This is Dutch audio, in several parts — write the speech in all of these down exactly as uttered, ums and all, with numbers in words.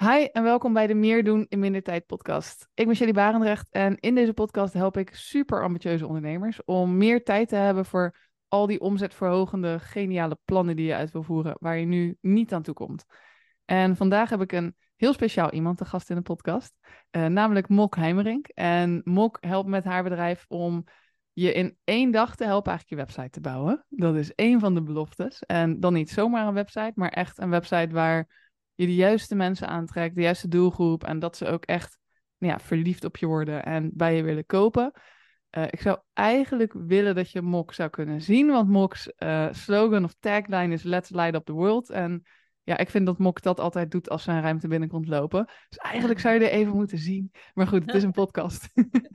Hi en welkom bij de Meer doen in minder tijd podcast. Ik ben Shelly Barendrecht en in deze podcast help ik super ambitieuze ondernemers om meer tijd te hebben voor al die omzetverhogende geniale plannen die je uit wil voeren, waar je nu niet aan toe komt. En vandaag heb ik een heel speciaal iemand te gast in de podcast, uh, namelijk Mok Heimerink. En Mok helpt met haar bedrijf om je in één dag te helpen eigenlijk je website te bouwen. Dat is één van de beloftes. En dan niet zomaar een website, maar echt een website waar je de juiste mensen aantrekt, de juiste doelgroep en dat ze ook echt nou ja, verliefd op je worden en bij je willen kopen. Uh, ik zou eigenlijk willen dat je Mok zou kunnen zien, want Mok's uh, slogan of tagline is Let's Light Up the World. En ja, ik vind dat Mok dat altijd doet als ze een ruimte binnenkomt lopen. Dus eigenlijk zou je er even moeten zien. Maar goed, het is een podcast.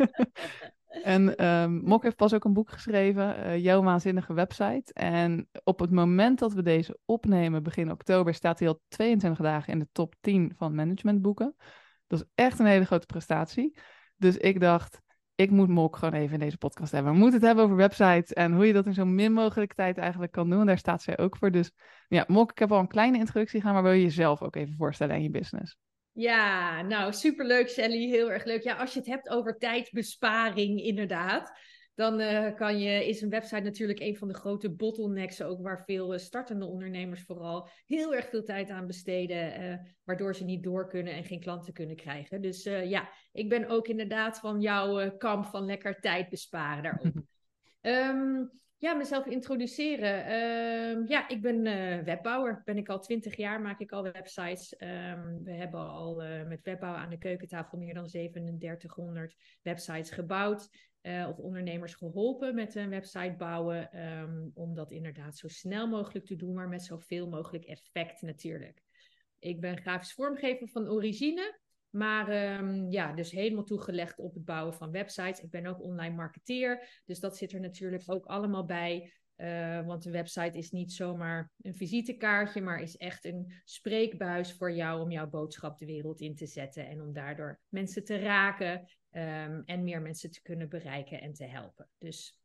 En um, Mok heeft pas ook een boek geschreven, uh, Jouw Waanzinnige Website. En op het moment dat we deze opnemen, begin oktober, staat hij al tweeëntwintig dagen in de top tien van managementboeken. Dat is echt een hele grote prestatie. Dus ik dacht, ik moet Mok gewoon even in deze podcast hebben. We moeten het hebben over websites en hoe je dat in zo min mogelijk tijd eigenlijk kan doen. En daar staat zij ook voor. Dus ja, Mok, ik heb al een kleine introductie gedaan, maar wil je jezelf ook even voorstellen en je business? Ja, nou superleuk Sally, heel erg leuk. Ja, als je het hebt over tijdbesparing inderdaad, dan uh, kan je, is een website natuurlijk een van de grote bottlenecks ook waar veel uh, startende ondernemers vooral heel erg veel tijd aan besteden, uh, waardoor ze niet door kunnen en geen klanten kunnen krijgen. Dus uh, ja, ik ben ook inderdaad van jouw uh, kamp van lekker tijd besparen daarop. Um, Ja, mezelf introduceren. Um, ja, ik ben uh, webbouwer. Ben ik al twintig jaar, maak ik al websites. Um, we hebben al uh, met webbouwen aan de keukentafel meer dan zevenendertighonderd websites gebouwd. Uh, of ondernemers geholpen met een website bouwen. Um, om dat inderdaad zo snel mogelijk te doen, maar met zoveel mogelijk effect natuurlijk. Ik ben grafisch vormgever van origine. Maar um, ja, dus helemaal toegelegd op het bouwen van websites. Ik ben ook online marketeer, dus dat zit er natuurlijk ook allemaal bij. Uh, want een website is niet zomaar een visitekaartje, maar is echt een spreekbuis voor jou om jouw boodschap de wereld in te zetten. En om daardoor mensen te raken um, en meer mensen te kunnen bereiken en te helpen. Dus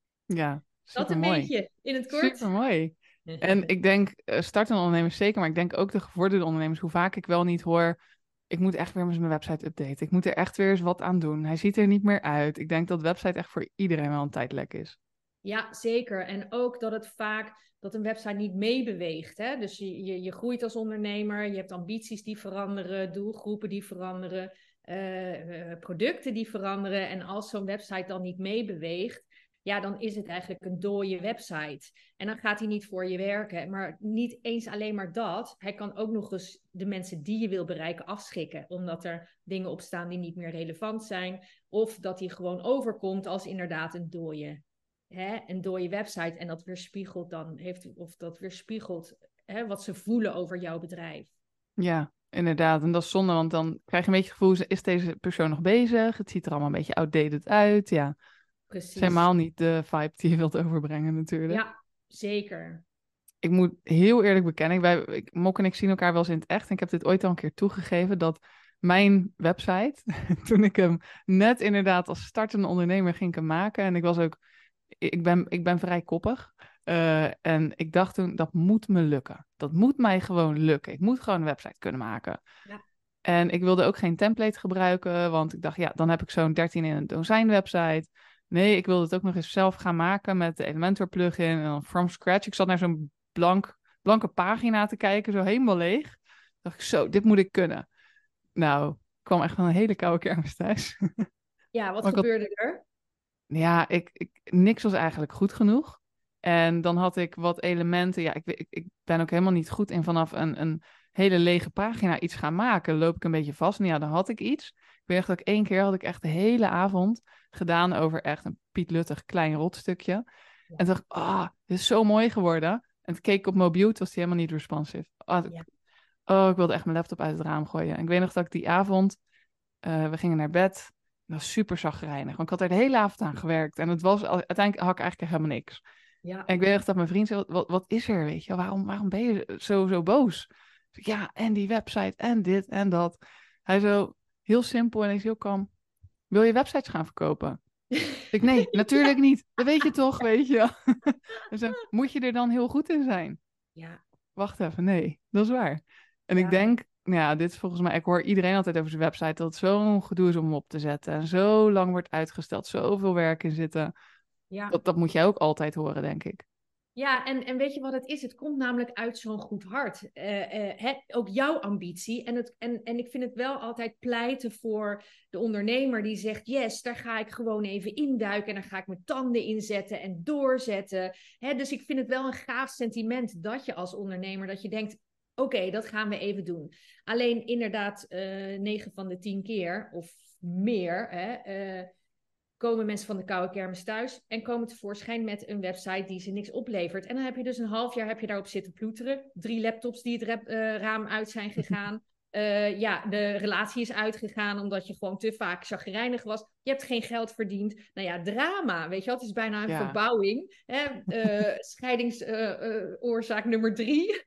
ja, dat een supermooi. beetje in het kort. Supermooi. En ik denk, uh, startende ondernemers zeker, maar ik denk ook de gevorderde ondernemers, hoe vaak ik wel niet hoor, ik moet echt weer eens mijn website updaten. Ik moet er echt weer eens wat aan doen. Hij ziet er niet meer uit. Ik denk dat website echt voor iedereen wel een tijdlek is. Ja, zeker. En ook dat het vaak, dat een website niet meebeweegt. Hè? Dus je, je, je groeit als ondernemer, je hebt ambities die veranderen, doelgroepen die veranderen, uh, uh, producten die veranderen. En als zo'n website dan niet meebeweegt, ja, dan is het eigenlijk een dode website. En dan gaat hij niet voor je werken. Maar niet eens alleen maar dat. Hij kan ook nog eens de mensen die je wil bereiken afschrikken. Omdat er dingen op staan die niet meer relevant zijn. Of dat hij gewoon overkomt als inderdaad een dode Hè, een dode website en dat weerspiegelt dan heeft of dat weerspiegelt hè, wat ze voelen over jouw bedrijf. Ja, inderdaad. En dat is zonde, want dan krijg je een beetje het gevoel, is deze persoon nog bezig? Het ziet er allemaal een beetje outdated uit. Ja, Precies. is helemaal niet de vibe die je wilt overbrengen natuurlijk. Ja, zeker. Ik moet heel eerlijk bekennen, wij, ik, Mok en ik zien elkaar wel eens in het echt. En ik heb dit ooit al een keer toegegeven dat mijn website, toen ik hem net inderdaad als startende ondernemer ging ik maken. En ik was ook, ik ben, ik ben vrij koppig. Uh, en ik dacht toen, dat moet me lukken. Dat moet mij gewoon lukken. Ik moet gewoon een website kunnen maken. Ja. En ik wilde ook geen template gebruiken, want ik dacht, ja, dan heb ik zo'n dertien in een dozijn website. Nee, ik wilde het ook nog eens zelf gaan maken met de Elementor plugin en dan from scratch. Ik zat naar zo'n blank, blanke pagina te kijken, zo helemaal leeg. Dacht ik, zo, dit moet ik kunnen. Nou, ik kwam echt van een hele koude kermis thuis. Ja, wat Maar ik had, gebeurde er? ja, ik, ik, niks was eigenlijk goed genoeg. En dan had ik wat elementen. Ja, ik, ik, ik ben ook helemaal niet goed in vanaf een, een hele lege pagina iets gaan maken. Loop ik een beetje vast. En ja, dan had ik iets. Ik weet echt dat ik één keer had ik echt de hele avond gedaan over echt een Piet Luttig klein rotstukje. Ja. En toen dacht ik, ah, oh, dit is zo mooi geworden. En toen keek ik op mobiel, toen was die helemaal niet responsive. Oh, ik, Ja. oh, ik wilde echt mijn laptop uit het raam gooien. En ik weet nog dat ik die avond, uh, we gingen naar bed. Dat was super chagrijnig, want ik had er de hele avond aan gewerkt. En het was, uiteindelijk had ik eigenlijk helemaal niks. Ja. En ik weet echt dat mijn vriend zei, wat, wat is er, weet je? Waarom, waarom ben je zo, zo boos? Dus ik, ja, en die website, en dit, en dat. Hij zo, heel simpel en hij is heel kalm. Wil je websites gaan verkopen? Ik, nee, natuurlijk ja. niet. Dat weet je toch, weet je. Dus moet je er dan heel goed in zijn? Ja. Wacht even, nee, dat is waar. En ja. ik denk, Ja, dit is volgens mij, ik hoor iedereen altijd over zijn website dat het zo'n gedoe is om hem op te zetten. En zo lang wordt uitgesteld, zoveel werk in zitten. Ja. Dat, dat moet jij ook altijd horen, denk ik. Ja, en, en weet je wat het is? Het komt namelijk uit zo'n goed hart. Eh, eh, hè, ook jouw ambitie. En, het, en, en ik vind het wel altijd pleiten voor de ondernemer die zegt: yes, daar ga ik gewoon even induiken. En daar ga ik mijn tanden in zetten en doorzetten. Hè, dus ik vind het wel een gaaf sentiment dat je als ondernemer, dat je denkt: oké, okay, dat gaan we even doen. Alleen inderdaad, uh, negen van de tien keer of meer. Hè, uh, komen mensen van de koude kermis thuis en komen tevoorschijn met een website die ze niks oplevert. En dan heb je dus een half jaar heb je daarop zitten ploeteren. Drie laptops die het rep, uh, raam uit zijn gegaan. Uh, ja, de relatie is uitgegaan omdat je gewoon te vaak chagrijnig was. Je hebt geen geld verdiend. Nou ja, drama, weet je wel. Het is bijna een Ja. verbouwing. Hè? Uh, scheidingsoorzaak uh, uh, nummer drie.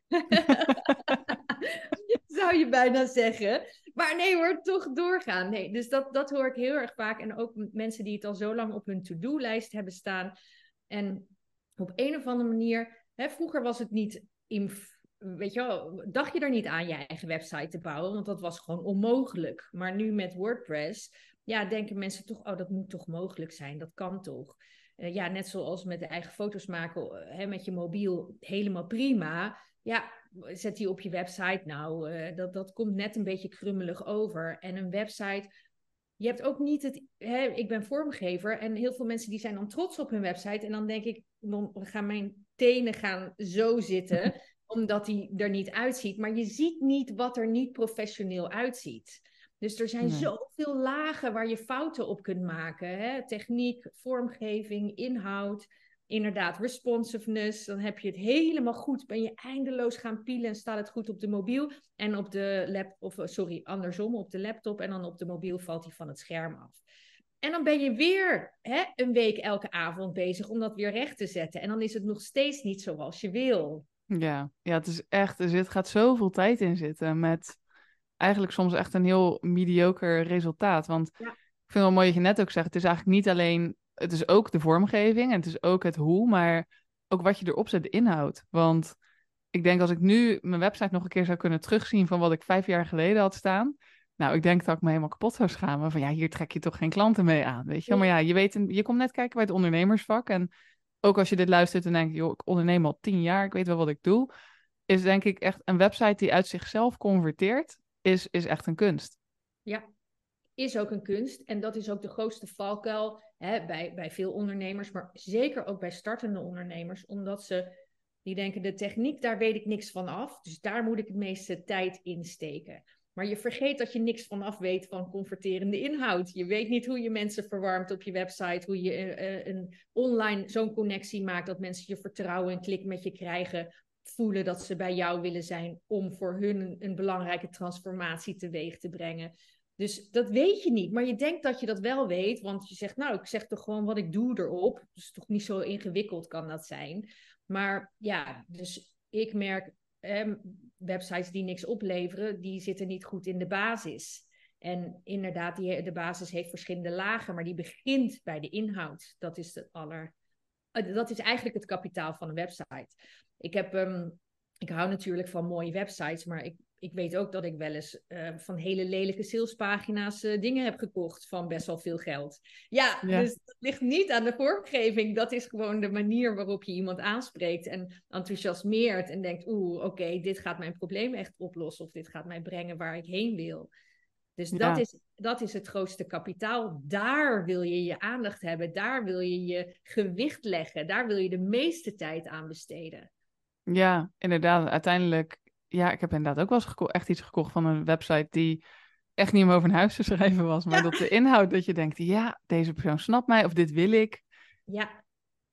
Zou je bijna zeggen. Maar nee hoor, toch doorgaan. Nee, dus dat, dat hoor ik heel erg vaak. En ook mensen die het al zo lang op hun to-do-lijst hebben staan. En op een of andere manier... Hè, vroeger was het niet... In, weet je wel, dacht je er niet aan je eigen website te bouwen? Want dat was gewoon onmogelijk. Maar nu met WordPress... Ja, denken mensen toch... Oh, dat moet toch mogelijk zijn? Dat kan toch? Uh, ja, net zoals met de eigen foto's maken... Hè, met je mobiel, helemaal prima... Ja, zet die op je website. Nou, uh, dat, dat komt net een beetje krummelig over. En een website, je hebt ook niet het... Hè, ik ben vormgever en heel veel mensen die zijn dan trots op hun website. En dan denk ik, dan gaan mijn tenen gaan zo zitten, omdat die er niet uitziet. Maar je ziet niet wat er niet professioneel uitziet. Dus er zijn nee. zoveel lagen waar je fouten op kunt maken. Hè? Techniek, vormgeving, inhoud... Inderdaad, responsiveness, dan heb je het helemaal goed. Ben je eindeloos gaan pielen en staat het goed op de mobiel. En op de laptop, of sorry, andersom, op de laptop. En dan op de mobiel valt hij van het scherm af. En dan ben je weer hè, een week elke avond bezig om dat weer recht te zetten. En dan is het nog steeds niet zoals je wil. Ja, ja, het is echt, er zit, gaat zoveel tijd in zitten met eigenlijk soms echt een heel mediocre resultaat. Want ja. ik vind het wel mooi dat je net ook zegt, het is eigenlijk niet alleen... Het is ook de vormgeving en het is ook het hoe, maar ook wat je erop zet, de inhoud. Want ik denk als ik nu mijn website nog een keer zou kunnen terugzien van wat ik vijf jaar geleden had staan. Nou, ik denk dat ik me helemaal kapot zou schamen. Van ja, hier trek je toch geen klanten mee aan, weet je wel. Maar ja, je weet, je komt net kijken bij het ondernemersvak. En ook als je dit luistert en denkt, joh, ik onderneem al tien jaar, ik weet wel wat ik doe. Is denk ik echt een website die uit zichzelf converteert, is, is echt een kunst. Ja. Is ook een kunst. En dat is ook de grootste valkuil hè, bij, bij veel ondernemers, maar zeker ook bij startende ondernemers, omdat ze die denken, de techniek, daar weet ik niks van af, dus daar moet ik het meeste tijd in steken. Maar je vergeet dat je niks van af weet van converterende inhoud. Je weet niet hoe je mensen verwarmt op je website, hoe je uh, een online zo'n connectie maakt dat mensen je vertrouwen en klik met je krijgen, voelen dat ze bij jou willen zijn om voor hun een, een belangrijke transformatie teweeg te brengen. Dus dat weet je niet, maar je denkt dat je dat wel weet, want je zegt, nou, ik zeg toch gewoon wat ik doe erop. Dus toch niet zo ingewikkeld kan dat zijn. Maar ja, dus ik merk, eh, websites die niks opleveren, die zitten niet goed in de basis. En inderdaad, die, de basis heeft verschillende lagen, maar die begint bij de inhoud. Dat is het aller, uh, dat is eigenlijk het kapitaal van een website. Ik heb, um, ik hou natuurlijk van mooie websites, maar ik Ik weet ook dat ik wel eens uh, van hele lelijke salespagina's uh, dingen heb gekocht van best wel veel geld. Ja, ja, dus dat ligt niet aan de vormgeving. Dat is gewoon de manier waarop je iemand aanspreekt en enthousiasmeert en denkt, oeh, oké, okay, dit gaat mijn probleem echt oplossen of dit gaat mij brengen waar ik heen wil. Dus ja. dat, is, dat is het grootste kapitaal. Daar wil je je aandacht hebben. Daar wil je je gewicht leggen. Daar wil je de meeste tijd aan besteden. Ja, inderdaad. Uiteindelijk... Ja, ik heb inderdaad ook wel eens geko- echt iets gekocht van een website die echt niet om over een huis te schrijven was. Maar ja. dat de inhoud dat je denkt, ja, deze persoon snapt mij of dit wil ik. Ja.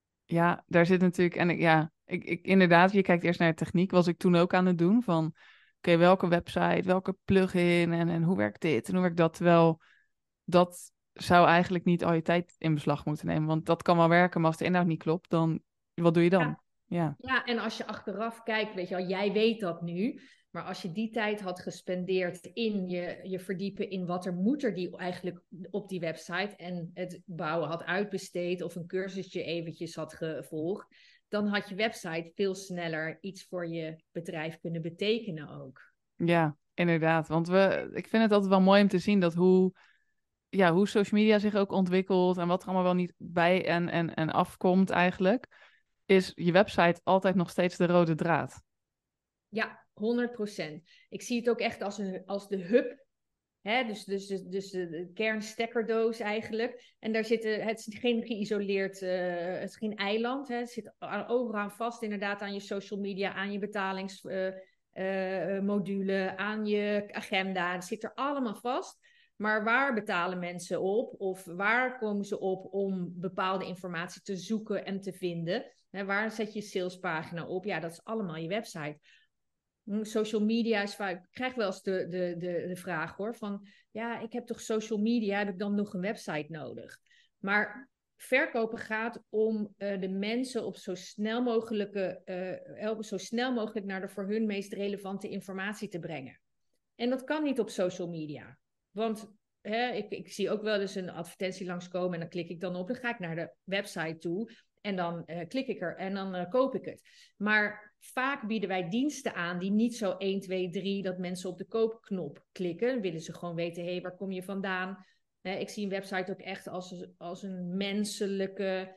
Ja, daar zit natuurlijk... En ik, ja, ik, ik, inderdaad, je kijkt eerst naar de techniek. Was ik toen ook aan het doen van, oké, okay, welke website, welke plugin en, en hoe werkt dit en hoe werkt dat? Terwijl dat zou eigenlijk niet al je tijd in beslag moeten nemen. Want dat kan wel werken, maar als de inhoud niet klopt, dan wat doe je dan? Ja. Ja. Ja, en als je achteraf kijkt, weet je wel, jij weet dat nu, maar als je die tijd had gespendeerd in je, je verdiepen in wat er moet er die eigenlijk op die website en het bouwen had uitbesteed of een cursusje eventjes had gevolgd, dan had je website veel sneller iets voor je bedrijf kunnen betekenen ook. Ja, Inderdaad, want we, ik vind het altijd wel mooi om te zien dat hoe, ja, hoe social media zich ook ontwikkelt en wat er allemaal wel niet bij en, en, en afkomt eigenlijk, is je website altijd nog steeds de rode draad. Ja, honderd procent. Ik zie het ook echt als, een, als de hub. Hè? Dus, dus, dus, dus de, de kernstekkerdoos eigenlijk. En daar zitten, het is geen geïsoleerd, uh, het is geen eiland. Hè? Het zit overal vast inderdaad aan je social media, aan je betalingsmodule, uh, uh, aan je agenda. Het zit er allemaal vast. Maar waar betalen mensen op? Of waar komen ze op om bepaalde informatie te zoeken en te vinden? Hè? Waar zet je salespagina op? Ja, dat is allemaal je website. Social media is vaak, ik krijg wel eens de, de, de, de vraag hoor, van ja, ik heb toch social media, heb ik dan nog een website nodig? Maar verkopen gaat om uh, de mensen op zo snel mogelijke, uh, helpen zo snel mogelijk naar de voor hun meest relevante informatie te brengen. En dat kan niet op social media. Want hè, ik, ik zie ook wel eens een advertentie langskomen en dan klik ik dan op, dan ga ik naar de website toe en dan uh, klik ik er en dan uh, koop ik het. Maar vaak bieden wij diensten aan die niet zo één, twee, drie, dat mensen op de koopknop klikken. Dan willen ze gewoon weten, hé, hey, waar kom je vandaan? Hè, ik zie een website ook echt als, als een menselijke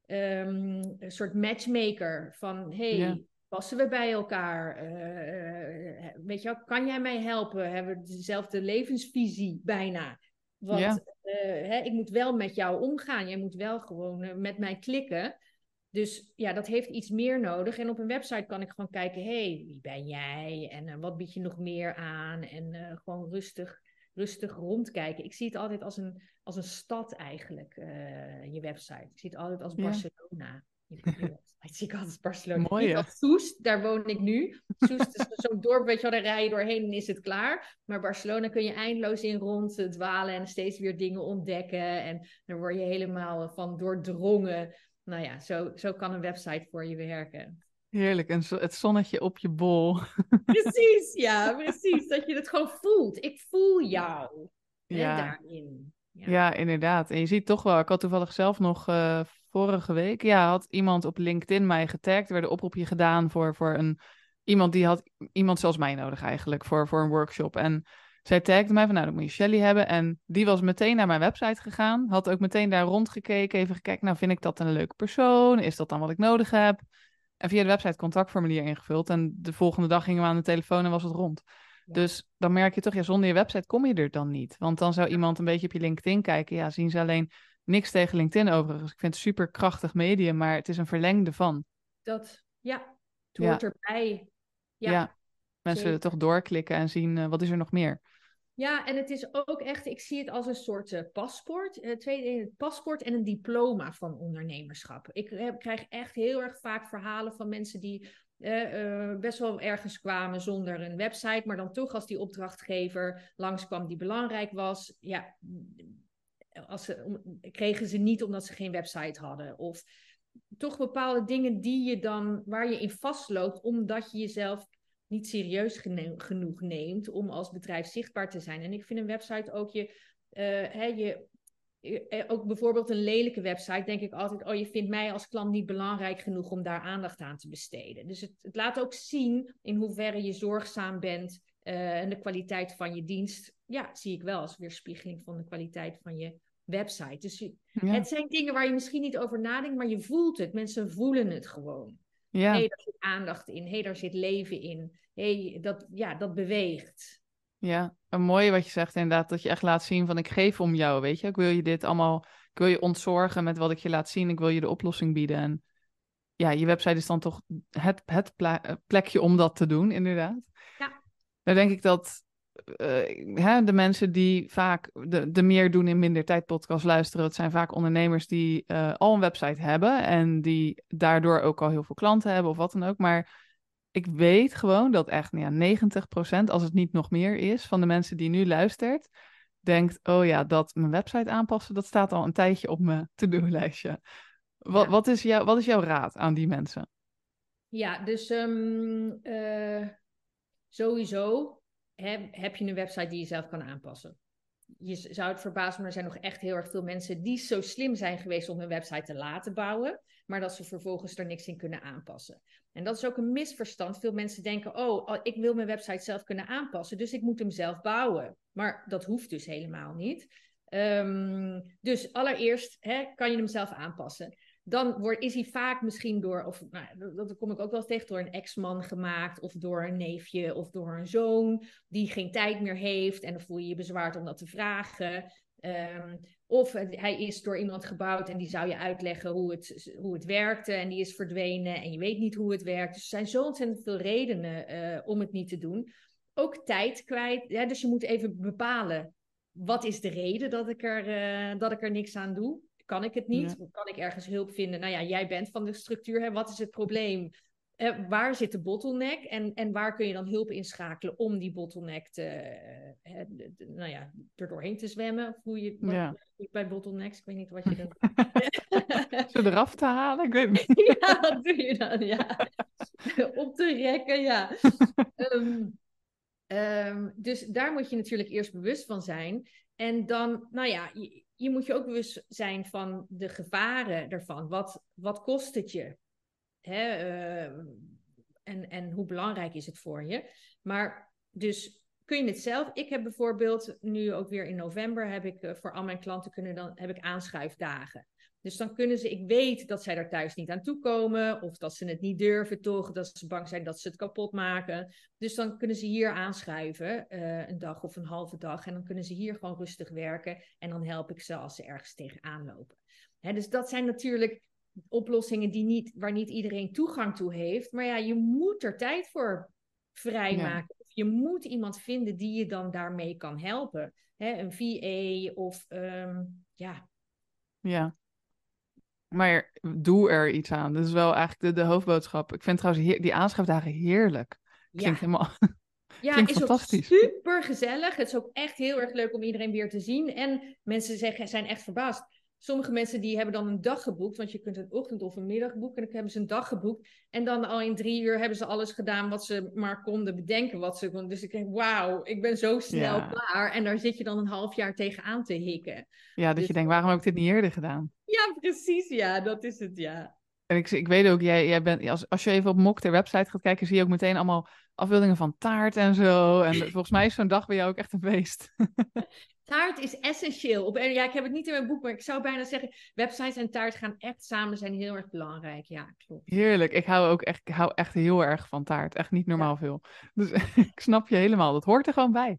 um, een soort matchmaker. Van, hé, hey, ja. Passen we bij elkaar? Uh, weet je wel, kan jij mij helpen? Hebben we dezelfde levensvisie bijna? Want ja. uh, hè, ik moet wel met jou omgaan. Jij moet wel gewoon uh, met mij klikken. Dus ja, dat heeft iets meer nodig. En op een website kan ik gewoon kijken, hé, hey, wie ben jij? En uh, wat bied je nog meer aan? En uh, gewoon rustig, rustig rondkijken. Ik zie het altijd als een, als een stad eigenlijk, uh, je website. Ik zie het altijd als Barcelona. Ja. Ik zie ik altijd als Barcelona. Mooi, niet hè? als Soest, daar woon ik nu. Soest is zo'n dorp, weet je wel, daar rij je doorheen en is het klaar. Maar Barcelona kun je eindeloos in rond dwalen en steeds weer dingen ontdekken. En daar word je helemaal van doordrongen. Nou ja, zo, zo kan een website voor je werken. Heerlijk, en zo, het zonnetje op je bol. Precies, ja, precies. Dat je het gewoon voelt. Ik voel jou. Ja. Hè, daarin. Ja. ja, inderdaad. En je ziet toch wel, ik had toevallig zelf nog uh, vorige week, ja, had iemand op LinkedIn mij getagd. Er werd een oproepje gedaan voor, voor een, iemand die had iemand zoals mij nodig eigenlijk, voor, voor een workshop. En zij tagde mij van, nou, dan moet je Shelly hebben. En die was meteen naar mijn website gegaan, had ook meteen daar rondgekeken, even gekeken, nou, vind ik dat een leuke persoon? Is dat dan wat ik nodig heb? En via de website contactformulier ingevuld. En de volgende dag gingen we aan de telefoon en was het rond. Ja. Dus dan merk je toch, ja, zonder je website kom je er dan niet. Want dan zou iemand een beetje op je LinkedIn kijken. Ja, zien ze alleen niks tegen LinkedIn overigens. Ik vind het super krachtig medium, maar het is een verlengde van. Dat, ja, het hoort ja. erbij. Ja, ja. Mensen zeker. Toch doorklikken en zien, uh, wat is er nog meer? Ja, en het is ook echt, ik zie het als een soort uh, paspoort. Uh, twee, een paspoort en een diploma van ondernemerschap. Ik heb, krijg echt heel erg vaak verhalen van mensen die uh, uh, best wel ergens kwamen zonder een website, maar dan toch als die opdrachtgever langskwam die belangrijk was, ja, als ze, om, kregen ze niet omdat ze geen website hadden. Of toch bepaalde dingen die je dan, waar je in vastloopt, omdat je jezelf niet serieus gene- genoeg neemt om als bedrijf zichtbaar te zijn. En ik vind een website ook je, uh, hè, je, je, ook bijvoorbeeld een lelijke website, denk ik altijd, oh, je vindt mij als klant niet belangrijk genoeg om daar aandacht aan te besteden. Dus het, het laat ook zien in hoeverre je zorgzaam bent uh, en de kwaliteit van je dienst, ja, zie ik wel als weerspiegeling van de kwaliteit van je website. Dus je, ja. Het zijn dingen waar je misschien niet over nadenkt, maar je voelt het. Mensen voelen het gewoon. Ja. Hé, hey, daar zit aandacht in. Hé, hey, daar zit leven in. Hé, hey, dat, ja, dat beweegt. Ja, een mooie wat je zegt inderdaad. Dat je echt laat zien van ik geef om jou, weet je. Ik wil je dit allemaal, ik wil je ontzorgen met wat ik je laat zien. Ik wil je de oplossing bieden. En ja, je website is dan toch het, het plekje om dat te doen, inderdaad. Ja. Dan denk ik dat uh, hè, de mensen die vaak de, de meer doen in minder tijd podcast luisteren, het zijn vaak ondernemers die uh, al een website hebben en die daardoor ook al heel veel klanten hebben of wat dan ook. Maar ik weet gewoon dat echt ja, negentig procent, als het niet nog meer is, van de mensen die nu luistert, denkt, oh ja, dat mijn website aanpassen, dat staat al een tijdje op mijn to-do-lijstje. Wat, ja. wat, is jou, wat is jouw raad aan die mensen? Ja, dus um, uh, sowieso heb, heb je een website die je zelf kan aanpassen. je zou het verbazen, maar er zijn nog echt heel erg veel mensen die zo slim zijn geweest om hun website te laten bouwen, maar dat ze vervolgens er niks in kunnen aanpassen. En dat is ook een misverstand. Veel mensen denken, oh, ik wil mijn website zelf kunnen aanpassen, dus ik moet hem zelf bouwen. Maar dat hoeft dus helemaal niet. Um, dus allereerst hè, kan je hem zelf aanpassen. Dan wordt, is hij vaak misschien door, of nou, dat kom ik ook wel eens tegen, door een ex-man gemaakt, of door een neefje, of door een zoon die geen tijd meer heeft en dan voel je je bezwaard om dat te vragen. Um, of hij is door iemand gebouwd en die zou je uitleggen hoe het, hoe het werkte en die is verdwenen en je weet niet hoe het werkt. Dus er zijn zo ontzettend veel redenen uh, om het niet te doen. Ook tijd kwijt, ja, dus je moet even bepalen, wat is de reden dat ik er, uh, dat ik er niks aan doe? Kan ik het niet? Ja. Kan ik ergens hulp vinden? Nou ja, jij bent van de structuur. Hè? Wat is het probleem? Uh, waar zit de bottleneck? En, en waar kun je dan hulp inschakelen om die bottleneck te, uh, uh, de, de, nou ja, er doorheen te zwemmen? Of hoe je wat, ja. bij bottlenecks, ik weet niet wat je dan... Ze eraf te halen? Ik weet het niet. Ja, wat doe je dan? Ja. Op te rekken, ja. um, um, dus daar moet je natuurlijk eerst bewust van zijn. En dan, nou ja... Je, Je moet je ook bewust zijn van de gevaren ervan. Wat, wat kost het je? Hè? Uh, en, en hoe belangrijk is het voor je? Maar dus kun je het zelf... Ik heb bijvoorbeeld nu ook weer in november... heb ik uh, voor al mijn klanten kunnen dan, heb ik aanschuifdagen. Dus dan kunnen ze... Ik weet dat zij daar thuis niet aan toe komen... of dat ze het niet durven toch... dat ze bang zijn dat ze het kapot maken. Dus dan kunnen ze hier aanschuiven... Uh, een dag of een halve dag... en dan kunnen ze hier gewoon rustig werken... en dan help ik ze als ze ergens tegenaan lopen. Hè, dus dat zijn natuurlijk oplossingen... Die niet, waar niet iedereen toegang toe heeft... maar ja, je moet er tijd voor vrijmaken. Ja. Of je moet iemand vinden... die je dan daarmee kan helpen. Hè, een V A of... Um, ja... Ja. Maar doe er iets aan. Dat is wel eigenlijk de, de hoofdboodschap. Ik vind trouwens heer, die aanschrijfdagen heerlijk. Klinkt ja. helemaal... Ja, Klinkt is fantastisch. ook super gezellig. Het is ook echt heel erg leuk om iedereen weer te zien. En mensen zeggen, zijn echt verbaasd. Sommige mensen die hebben dan een dag geboekt. Want je kunt een ochtend of een middag boeken. En dan hebben ze een dag geboekt. En dan al in drie uur hebben ze alles gedaan wat ze maar konden bedenken. Wat ze konden. Dus ik denk, wauw, ik ben zo snel ja. klaar. En daar zit je dan een half jaar tegenaan te hikken. Ja, dat dus... je denkt, waarom heb ik dit niet eerder gedaan? Ja, precies. Ja, dat is het, ja. En ik, ik weet ook, jij, jij bent, als, als je even op Mok ter website gaat kijken, zie je ook meteen allemaal afbeeldingen van taart en zo. En volgens mij is zo'n dag bij jou ook echt een feest. Taart is essentieel. Op, ja, ik heb het niet in mijn boek, maar ik zou bijna zeggen, websites en taart gaan echt samen, zijn heel erg belangrijk. Ja, klopt. Heerlijk. Ik hou ook echt, ik hou echt heel erg van taart. Echt niet normaal ja. veel. Dus ik snap je helemaal. Dat hoort er gewoon bij.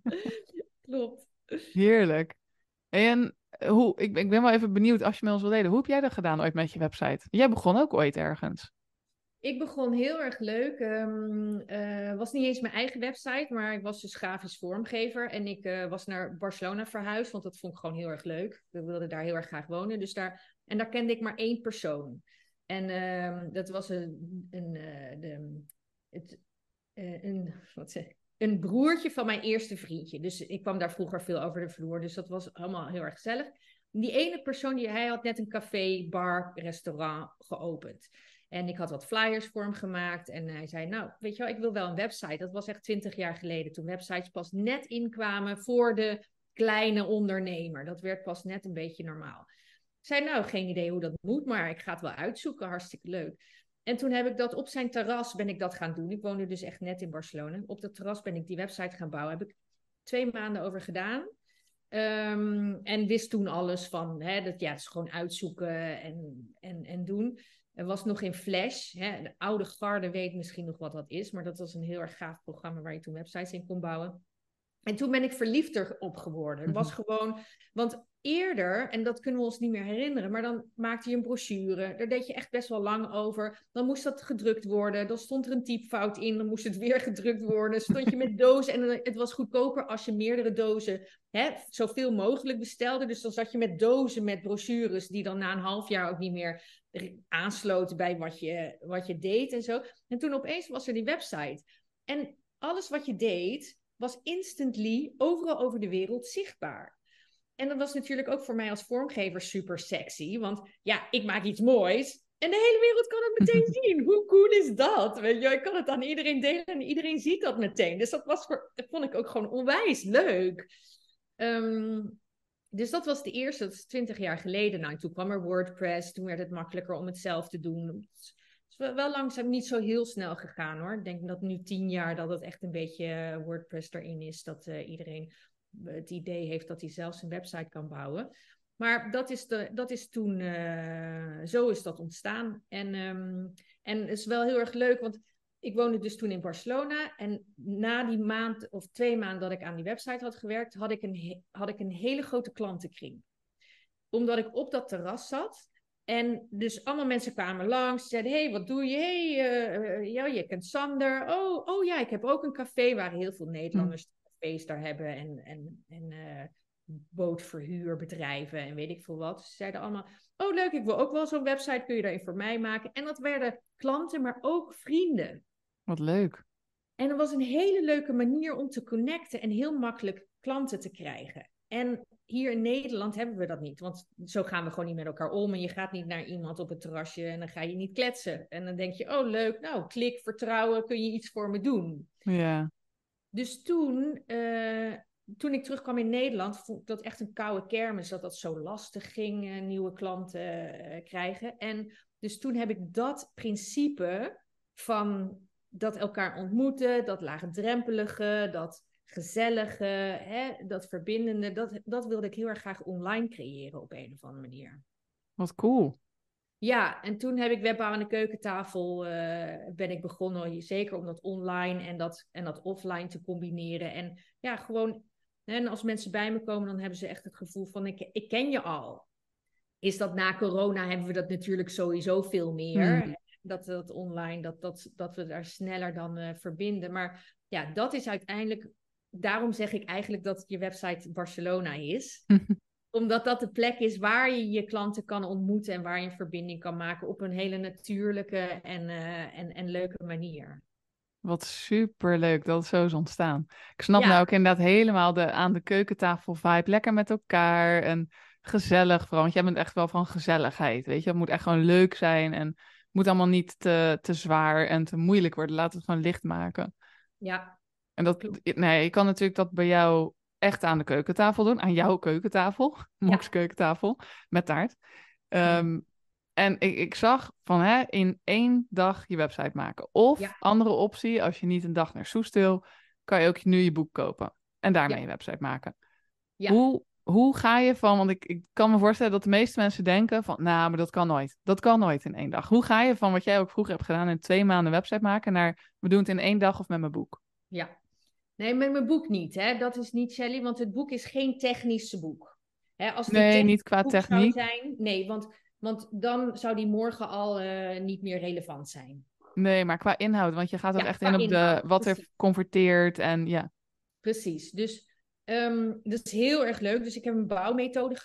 Klopt. Heerlijk. En hoe, ik, ik ben wel even benieuwd, als je met ons wil delen, hoe heb jij dat gedaan ooit met je website? Jij begon ook ooit ergens. Ik begon heel erg leuk. Um, uh, was niet eens mijn eigen website, maar ik was dus grafisch vormgever. En ik uh, was naar Barcelona verhuisd, want dat vond ik gewoon heel erg leuk. Ik wilde daar heel erg graag wonen. Dus daar, en daar kende ik maar één persoon. En um, dat was een, een, uh, de, het, uh, een, wat zeg ik? Een broertje van mijn eerste vriendje. Dus ik kwam daar vroeger veel over de vloer. Dus dat was allemaal heel erg gezellig. Die ene persoon, die, hij had net een café, bar, restaurant geopend. En ik had wat flyers voor hem gemaakt. En hij zei, nou, weet je wel, ik wil wel een website. Dat was echt twintig jaar geleden. Toen websites pas net inkwamen voor de kleine ondernemer. Dat werd pas net een beetje normaal. Ik zei, nou, geen idee hoe dat moet. Maar ik ga het wel uitzoeken. Hartstikke leuk. En toen heb ik dat op zijn terras ben ik dat gaan doen. Ik woonde dus echt net in Barcelona. Op dat terras ben ik die website gaan bouwen. Heb ik twee maanden over gedaan. Um, en wist toen alles van, hè, dat, ja, het is gewoon uitzoeken en, en, en doen. Er was nog in Flash. Hè, de oude garde weet misschien nog wat dat is. Maar dat was een heel erg gaaf programma waar je toen websites in kon bouwen. En toen ben ik verliefd erop geworden. Het was gewoon, want eerder, en dat kunnen we ons niet meer herinneren, maar dan maakte je een brochure. Daar deed je echt best wel lang over. Dan moest dat gedrukt worden. Dan stond er een typfout in. Dan moest het weer gedrukt worden. Stond je met dozen. En het was goedkoper als je meerdere dozen, hè, zoveel mogelijk bestelde. Dus dan zat je met dozen met brochures die dan na een half jaar ook niet meer aansloten bij wat je, wat je deed en zo. En toen opeens was er die website. En alles wat je deed was instantly overal over de wereld zichtbaar. En dat was natuurlijk ook voor mij als vormgever super sexy. Want ja, ik maak iets moois en de hele wereld kan het meteen zien. Hoe cool is dat? Weet je, ik kan het aan iedereen delen en iedereen ziet dat meteen. Dus dat was voor, dat vond ik ook gewoon onwijs leuk. Um, dus dat was de eerste, dat is twintig jaar geleden. Nou, toen kwam er WordPress, toen werd het makkelijker om het zelf te doen. Het is wel, wel langzaam niet zo heel snel gegaan hoor. Ik denk dat nu tien jaar dat het echt een beetje WordPress erin is. Dat uh, iedereen het idee heeft dat hij zelf zijn website kan bouwen. Maar dat is, de, dat is toen, uh, zo is dat ontstaan. En, um, en het is wel heel erg leuk, want ik woonde dus toen in Barcelona. En na die maand of twee maanden dat ik aan die website had gewerkt, had ik een, had ik een hele grote klantenkring. Omdat ik op dat terras zat. En dus allemaal mensen kwamen langs. Zeiden, hé, hey, wat doe je? Hé, hey, uh, ja, je kent Sander. Oh, oh ja, ik heb ook een café waar heel veel Nederlanders mm. cafés daar hebben. En, en, en uh, bootverhuurbedrijven en weet ik veel wat. Ze zeiden allemaal, oh leuk, ik wil ook wel zo'n website. Kun je daarin voor mij maken? En dat werden klanten, maar ook vrienden. Wat leuk. En dat was een hele leuke manier om te connecten en heel makkelijk klanten te krijgen. En hier in Nederland hebben we dat niet. Want zo gaan we gewoon niet met elkaar om. En je gaat niet naar iemand op het terrasje en dan ga je niet kletsen. En dan denk je, oh leuk, nou klik, vertrouwen, kun je iets voor me doen. Ja. Dus toen, uh, toen ik terugkwam in Nederland, vond ik dat echt een koude kermis. Dat dat zo lastig ging, uh, nieuwe klanten uh, krijgen. En dus toen heb ik dat principe van dat elkaar ontmoeten, dat laagdrempelige, dat gezellige, hè, dat verbindende, dat, dat wilde ik heel erg graag online creëren op een of andere manier. Wat cool. Ja, en toen heb ik webbouw aan de keukentafel, uh, ben ik begonnen, zeker om dat online en dat, en dat offline te combineren. En ja, gewoon, en als mensen bij me komen, dan hebben ze echt het gevoel van, ik, ik ken je al. Is dat na corona, hebben we dat natuurlijk sowieso veel meer. Hmm. Dat, dat online, dat, dat, dat we daar sneller dan uh, verbinden. Maar ja, dat is uiteindelijk, daarom zeg ik eigenlijk dat je website Barcelona is. Omdat dat de plek is waar je je klanten kan ontmoeten en waar je een verbinding kan maken op een hele natuurlijke en, uh, en, en leuke manier. Wat superleuk dat het zo is ontstaan. Ik snap ja. nou ook inderdaad helemaal de aan de keukentafel vibe. Lekker met elkaar en gezellig vooral. Want jij bent echt wel van gezelligheid, weet je. Het moet echt gewoon leuk zijn en het moet allemaal niet te, te zwaar en te moeilijk worden. Laat het gewoon licht maken. Ja. En dat, nee, je kan natuurlijk dat bij jou echt aan de keukentafel doen. Aan jouw keukentafel. Moks ja. keukentafel. Met taart. Um, ja. En ik, ik zag van hè, in één dag je website maken. Of ja. andere optie, als je niet een dag naar Soest wil, kan je ook nu je boek kopen. En daarmee ja. je website maken. Ja. Hoe, hoe ga je van, want ik, ik kan me voorstellen dat de meeste mensen denken van, nou, maar dat kan nooit. Dat kan nooit in één dag. Hoe ga je van wat jij ook vroeger hebt gedaan in twee maanden website maken naar, we doen het in één dag of met mijn boek? Ja. Nee, met mijn boek niet. Hè? Dat is niet, Shelly, want het boek is geen technisch boek. Hè, als het nee, niet qua techniek. Zou zijn, nee, want, want dan zou die morgen al uh, niet meer relevant zijn. Nee, maar qua inhoud, want je gaat ook ja, echt in op inhoud, de wat precies. er converteert en ja. Precies, dus um, dat is heel erg leuk. Dus ik heb een bouwmethode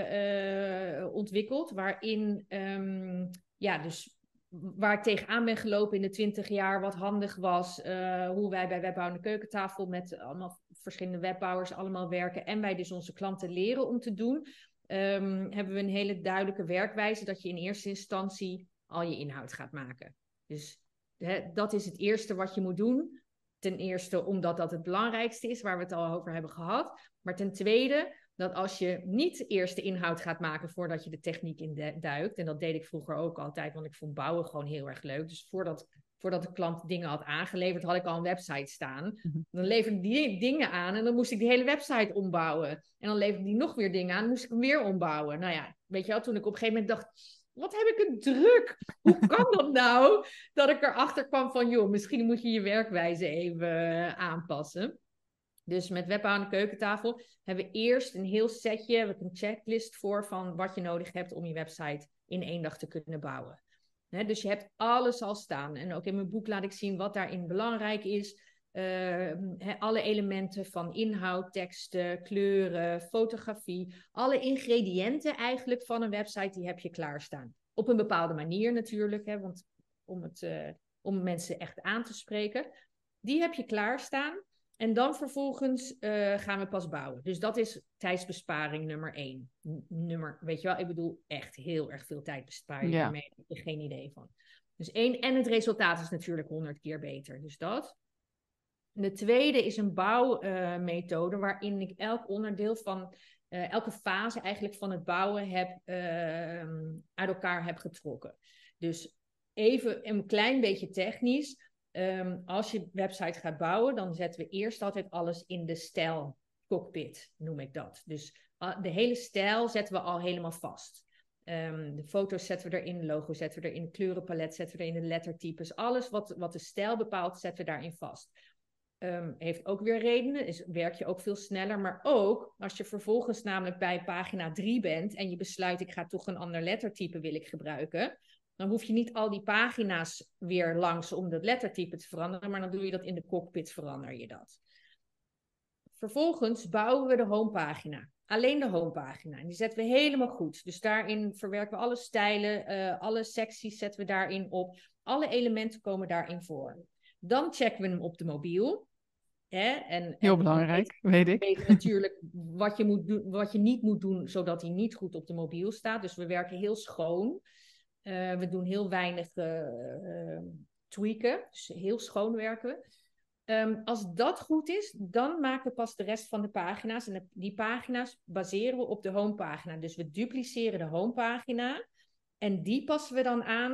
ge, uh, ontwikkeld waarin, um, ja, dus waar ik tegenaan ben gelopen in de twintig jaar, wat handig was, uh, hoe wij bij Webbouw aan de Keukentafel met allemaal verschillende webbouwers allemaal werken en wij dus onze klanten leren om te doen, um, hebben we een hele duidelijke werkwijze dat je in eerste instantie al je inhoud gaat maken. Dus hè, dat is het eerste wat je moet doen. Ten eerste omdat dat het belangrijkste is, waar we het al over hebben gehad. Maar ten tweede, dat als je niet eerst de inhoud gaat maken voordat je de techniek in duikt. En dat deed ik vroeger ook altijd, want ik vond bouwen gewoon heel erg leuk. Dus voordat, voordat de klant dingen had aangeleverd, had ik al een website staan. Dan leverde ik die dingen aan en dan moest ik die hele website ombouwen. En dan leverde die nog weer dingen aan, moest ik hem weer ombouwen. Nou ja, weet je wel, toen ik op een gegeven moment dacht, wat heb ik een druk? Hoe kan dat nou? Dat ik erachter kwam van, joh, misschien moet je je werkwijze even aanpassen. Dus met Webbouw aan de Keukentafel hebben we eerst een heel setje, heb ik een checklist voor van wat je nodig hebt om je website in één dag te kunnen bouwen. He, dus je hebt alles al staan. En ook in mijn boek laat ik zien wat daarin belangrijk is. Uh, he, alle elementen van inhoud, teksten, kleuren, fotografie. Alle ingrediënten eigenlijk van een website, die heb je klaarstaan. Op een bepaalde manier natuurlijk, hè, want om, het, uh, om mensen echt aan te spreken. Die heb je klaarstaan. En dan vervolgens uh, gaan we pas bouwen. Dus dat is tijdsbesparing nummer één. N- nummer, weet je wel, ik bedoel echt heel erg veel tijd bespaar je. Ja. Daarmee heb je geen idee van. Dus één, en het resultaat is natuurlijk honderd keer beter. Dus dat. De tweede is een bouwmethode uh, waarin ik elk onderdeel van, uh, elke fase eigenlijk van het bouwen heb, uh, uit elkaar heb getrokken. Dus even een klein beetje technisch. Um, als je website gaat bouwen, dan zetten we eerst altijd alles in de stijl cockpit, noem ik dat. Dus uh, de hele stijl zetten we al helemaal vast. Um, de foto's zetten we erin, de logo zetten we erin, de kleurenpalet zetten we erin, de lettertypes. Alles wat, wat de stijl bepaalt, zetten we daarin vast. Um, heeft ook weer redenen, is, werk je ook veel sneller. Maar ook als je vervolgens namelijk bij pagina drie bent en je besluit, ik ga toch een ander lettertype wil ik gebruiken, dan hoef je niet al die pagina's weer langs om dat lettertype te veranderen, maar dan doe je dat in de cockpit, verander je dat. Vervolgens bouwen we de homepagina. Alleen de homepagina. En die zetten we helemaal goed. Dus daarin verwerken we alle stijlen, uh, alle secties zetten we daarin op. Alle elementen komen daarin voor. Dan checken we hem op de mobiel. Hè? En, Heel en belangrijk, weet, weet ik. We weten natuurlijk wat je, moet doen, wat je niet moet doen, zodat hij niet goed op de mobiel staat. Dus we werken heel schoon. Uh, we doen heel weinig uh, uh, tweaken. Dus heel schoon werken we. Um, als dat goed is, dan maken we pas de rest van de pagina's. En de, die pagina's baseren we op de homepagina. Dus we dupliceren de homepagina. En die passen we dan aan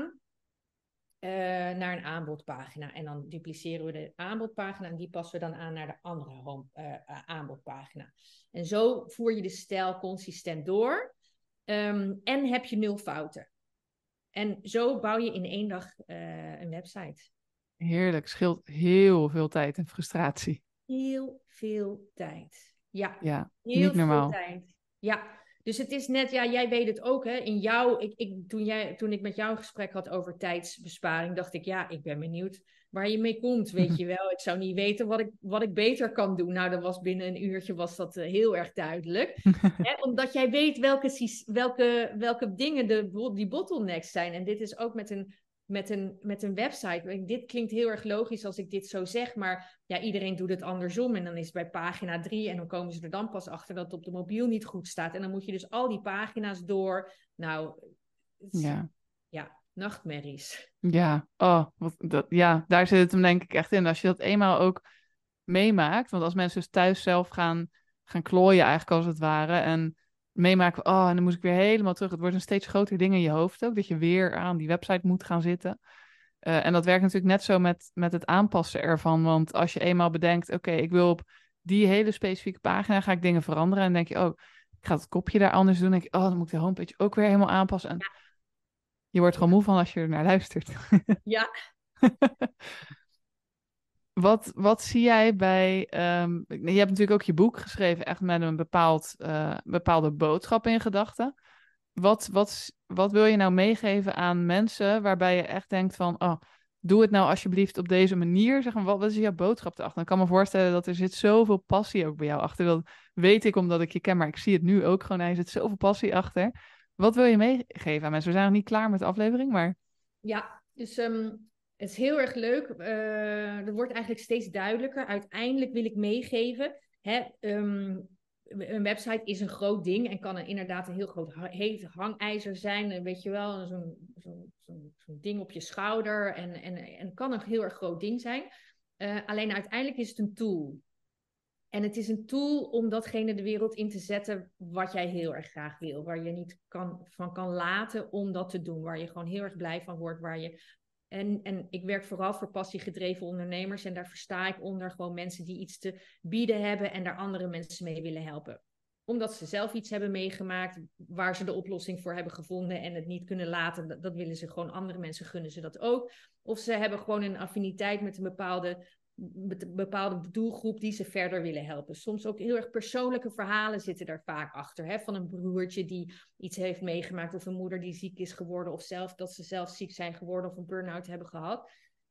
uh, naar een aanbodpagina. En dan dupliceren we de aanbodpagina. En die passen we dan aan naar de andere home, uh, aanbodpagina. En zo voer je de stijl consistent door. Um, en heb je nul fouten. En zo bouw je in één dag uh, een website. Heerlijk, scheelt heel veel tijd en frustratie. Heel veel tijd. Ja, Ja, heel niet normaal. veel tijd. Ja, dus het is net, ja, jij weet het ook, hè. In jou, ik, ik, toen, jij, toen ik met jou een gesprek had over tijdsbesparing, dacht ik, ja, ik ben benieuwd waar je mee komt, weet je wel. Ik zou niet weten wat ik, wat ik beter kan doen. Nou, dat was binnen een uurtje was dat uh, heel erg duidelijk. Hè, omdat jij weet welke, welke, welke dingen de, die bottlenecks zijn. En dit is ook met een Met een, met een website. Dit klinkt heel erg logisch als ik dit zo zeg, maar ja, iedereen doet het andersom. En dan is het bij pagina drie en dan komen ze er dan pas achter dat het op de mobiel niet goed staat. En dan moet je dus al die pagina's door. Nou, het, Ja. Ja, nachtmerries. Ja, oh, wat, dat, ja, daar zit het hem denk ik echt in. Als je dat eenmaal ook meemaakt, want als mensen dus thuis zelf gaan, gaan klooien eigenlijk als het ware en meemaken, oh, en dan moet ik weer helemaal terug. Het wordt een steeds groter ding in je hoofd ook, dat je weer aan die website moet gaan zitten. Uh, en dat werkt natuurlijk net zo met, met het aanpassen ervan, want als je eenmaal bedenkt, oké, okay, ik wil op die hele specifieke pagina, ga ik dingen veranderen en dan denk je, oh, ik ga het kopje daar anders doen. Dan denk je, oh, dan moet ik de homepage ook weer helemaal aanpassen. En Ja. je wordt gewoon moe van als je er naar luistert. Ja. Wat, wat zie jij bij... Um, je hebt natuurlijk ook je boek geschreven, echt met een bepaald, uh, bepaalde boodschap in gedachten. Wat, wat, wat wil je nou meegeven aan mensen waarbij je echt denkt van... Oh, doe het nou alsjeblieft op deze manier. Zeg maar, wat, wat is jouw boodschap erachter? Ik kan me voorstellen dat er zit zoveel passie ook bij jou achter. Dat weet ik omdat ik je ken, maar ik zie het nu ook gewoon. Er zit zoveel passie achter. Wat wil je meegeven aan mensen? We zijn nog niet klaar met de aflevering, maar... Ja, dus... Um... Het is heel erg leuk. Uh, dat wordt eigenlijk steeds duidelijker. Uiteindelijk wil ik meegeven. Hè, um, een website is een groot ding en kan een, inderdaad een heel groot heet hangijzer zijn. Weet je wel, zo'n zo, zo, zo ding op je schouder. En, en, en kan een heel erg groot ding zijn. Uh, alleen uiteindelijk is het een tool. En het is een tool om datgene de wereld in te zetten wat jij heel erg graag wil. Waar je niet kan, van kan laten om dat te doen. Waar je gewoon heel erg blij van wordt. Waar je... En, en ik werk vooral voor passiegedreven ondernemers. En daar versta ik onder gewoon mensen die iets te bieden hebben. En daar andere mensen mee willen helpen. Omdat ze zelf iets hebben meegemaakt. Waar ze de oplossing voor hebben gevonden. En het niet kunnen laten. Dat, dat willen ze gewoon. Andere mensen gunnen ze dat ook. Of ze hebben gewoon een affiniteit met een bepaalde... met een bepaalde doelgroep die ze verder willen helpen. Soms ook heel erg persoonlijke verhalen zitten daar vaak achter. Hè? Van een broertje die iets heeft meegemaakt. Of een moeder die ziek is geworden. Of zelf dat ze zelf ziek zijn geworden. Of een burn-out hebben gehad.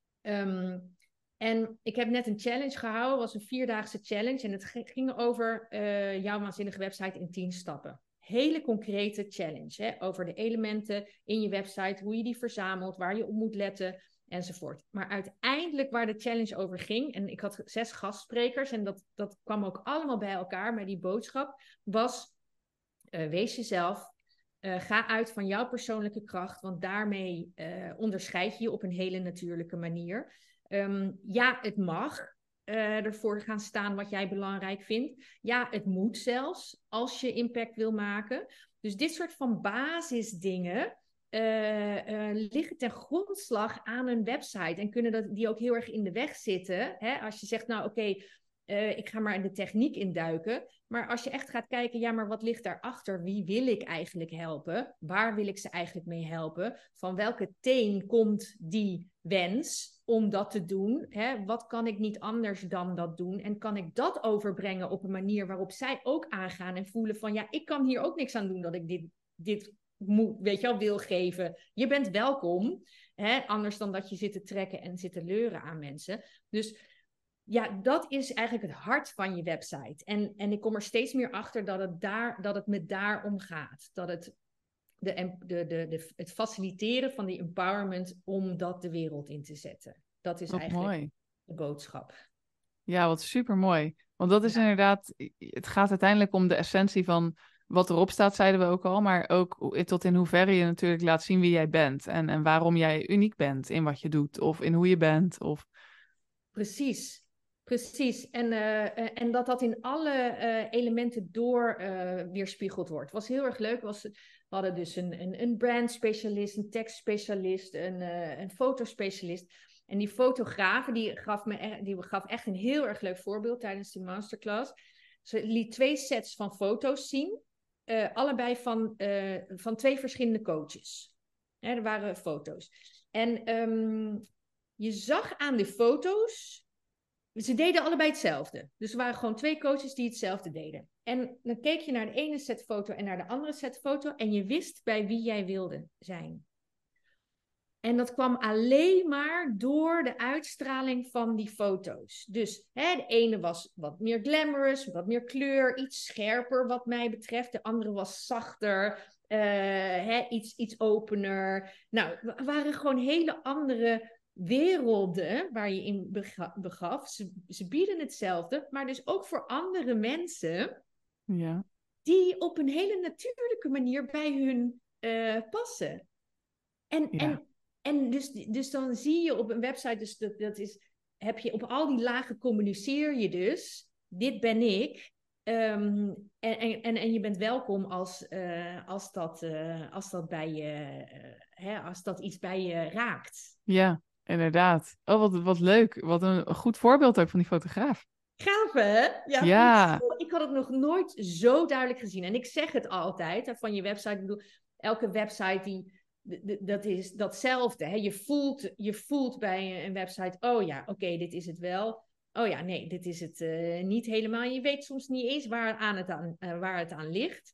Um, en ik heb net een challenge gehouden. Het was een vierdaagse challenge. En het ging over uh, jouw waanzinnige website in tien stappen. Hele concrete challenge. Hè? Over de elementen in je website. Hoe je die verzamelt. Waar je op moet letten. Enzovoort. Maar uiteindelijk waar de challenge over ging, en ik had zes gastsprekers, en dat, dat kwam ook allemaal bij elkaar, maar die boodschap was, uh, wees jezelf, uh, ga uit van jouw persoonlijke kracht, want daarmee uh, onderscheid je je op een hele natuurlijke manier. Um, ja, het mag. uh, ervoor gaan staan wat jij belangrijk vindt. Ja, het moet zelfs, als je impact wil maken. Dus dit soort van basisdingen uh, uh, liggen ten grondslag aan een website. En kunnen dat, die ook heel erg in de weg zitten. Hè? Als je zegt, nou oké, okay, uh, ik ga maar in de techniek induiken. Maar als je echt gaat kijken, ja, maar wat ligt daarachter? Wie wil ik eigenlijk helpen? Waar wil ik ze eigenlijk mee helpen? Van welke teen komt die wens om dat te doen? Hè? Wat kan ik niet anders dan dat doen? En kan ik dat overbrengen op een manier waarop zij ook aangaan en voelen van, ja, ik kan hier ook niks aan doen dat ik dit, dit moet, weet je wel, wil geven. Je bent welkom, hè? Anders dan dat je zit te trekken en zit te leuren aan mensen. Dus ja, dat is eigenlijk het hart van je website. En, en ik kom er steeds meer achter dat het, daar, dat het me daarom gaat. Dat het de, de, de, de, het faciliteren van die empowerment om dat de wereld in te zetten. Dat is Wat eigenlijk mooi. de boodschap. Ja, wat super mooi. Want dat is Ja. inderdaad, het gaat uiteindelijk om de essentie van wat erop staat, zeiden we ook al. Maar ook tot in hoeverre je natuurlijk laat zien wie jij bent. En, en waarom jij uniek bent in wat je doet. Of in hoe je bent. Of... Precies. Precies, en, uh, en dat dat in alle uh, elementen door uh, weerspiegeld wordt. Was heel erg leuk. Was, we hadden dus een, een, een brandspecialist, een tekstspecialist, een, uh, een fotospecialist. En die fotograaf die gaf, me, die gaf echt een heel erg leuk voorbeeld tijdens die masterclass. Ze liet twee sets van foto's zien, uh, allebei van, uh, van twee verschillende coaches. Hè, er waren foto's. En um, je zag aan de foto's, ze deden allebei hetzelfde. Dus er waren gewoon twee coaches die hetzelfde deden. En dan keek je naar de ene set foto en naar de andere set foto en je wist bij wie jij wilde zijn. En dat kwam alleen maar door de uitstraling van die foto's. Dus hè, de ene was wat meer glamorous, wat meer kleur, iets scherper wat mij betreft. De andere was zachter, uh, hè, iets, iets opener. Nou, het waren gewoon hele andere werelden waar je in begaf. Ze, ze bieden hetzelfde, maar dus ook voor andere mensen, ja, die op een hele natuurlijke manier bij hun uh, passen. En, ja. en, en dus, dus dan zie je op een website, dus dat, dat is, heb je op al die lagen communiceer je dus, dit ben ik. Um, en, en, en je bent welkom als, uh, als, dat, uh, als dat bij je, uh, hè, als dat iets bij je raakt. Ja, inderdaad. Oh, wat, wat leuk. Wat een goed voorbeeld ook van die fotograaf. Gaaf, hè? Ja, ja. Ik, ik had het nog nooit zo duidelijk gezien. En ik zeg het altijd, hè, van je website. Ik bedoel, elke website die, dat is datzelfde. Hè? Je, voelt, je voelt bij een website, oh ja, oké, okay, dit is het wel. Oh ja, nee, dit is het uh, niet helemaal. Je weet soms niet eens waar, aan het, aan, uh, waar het aan ligt.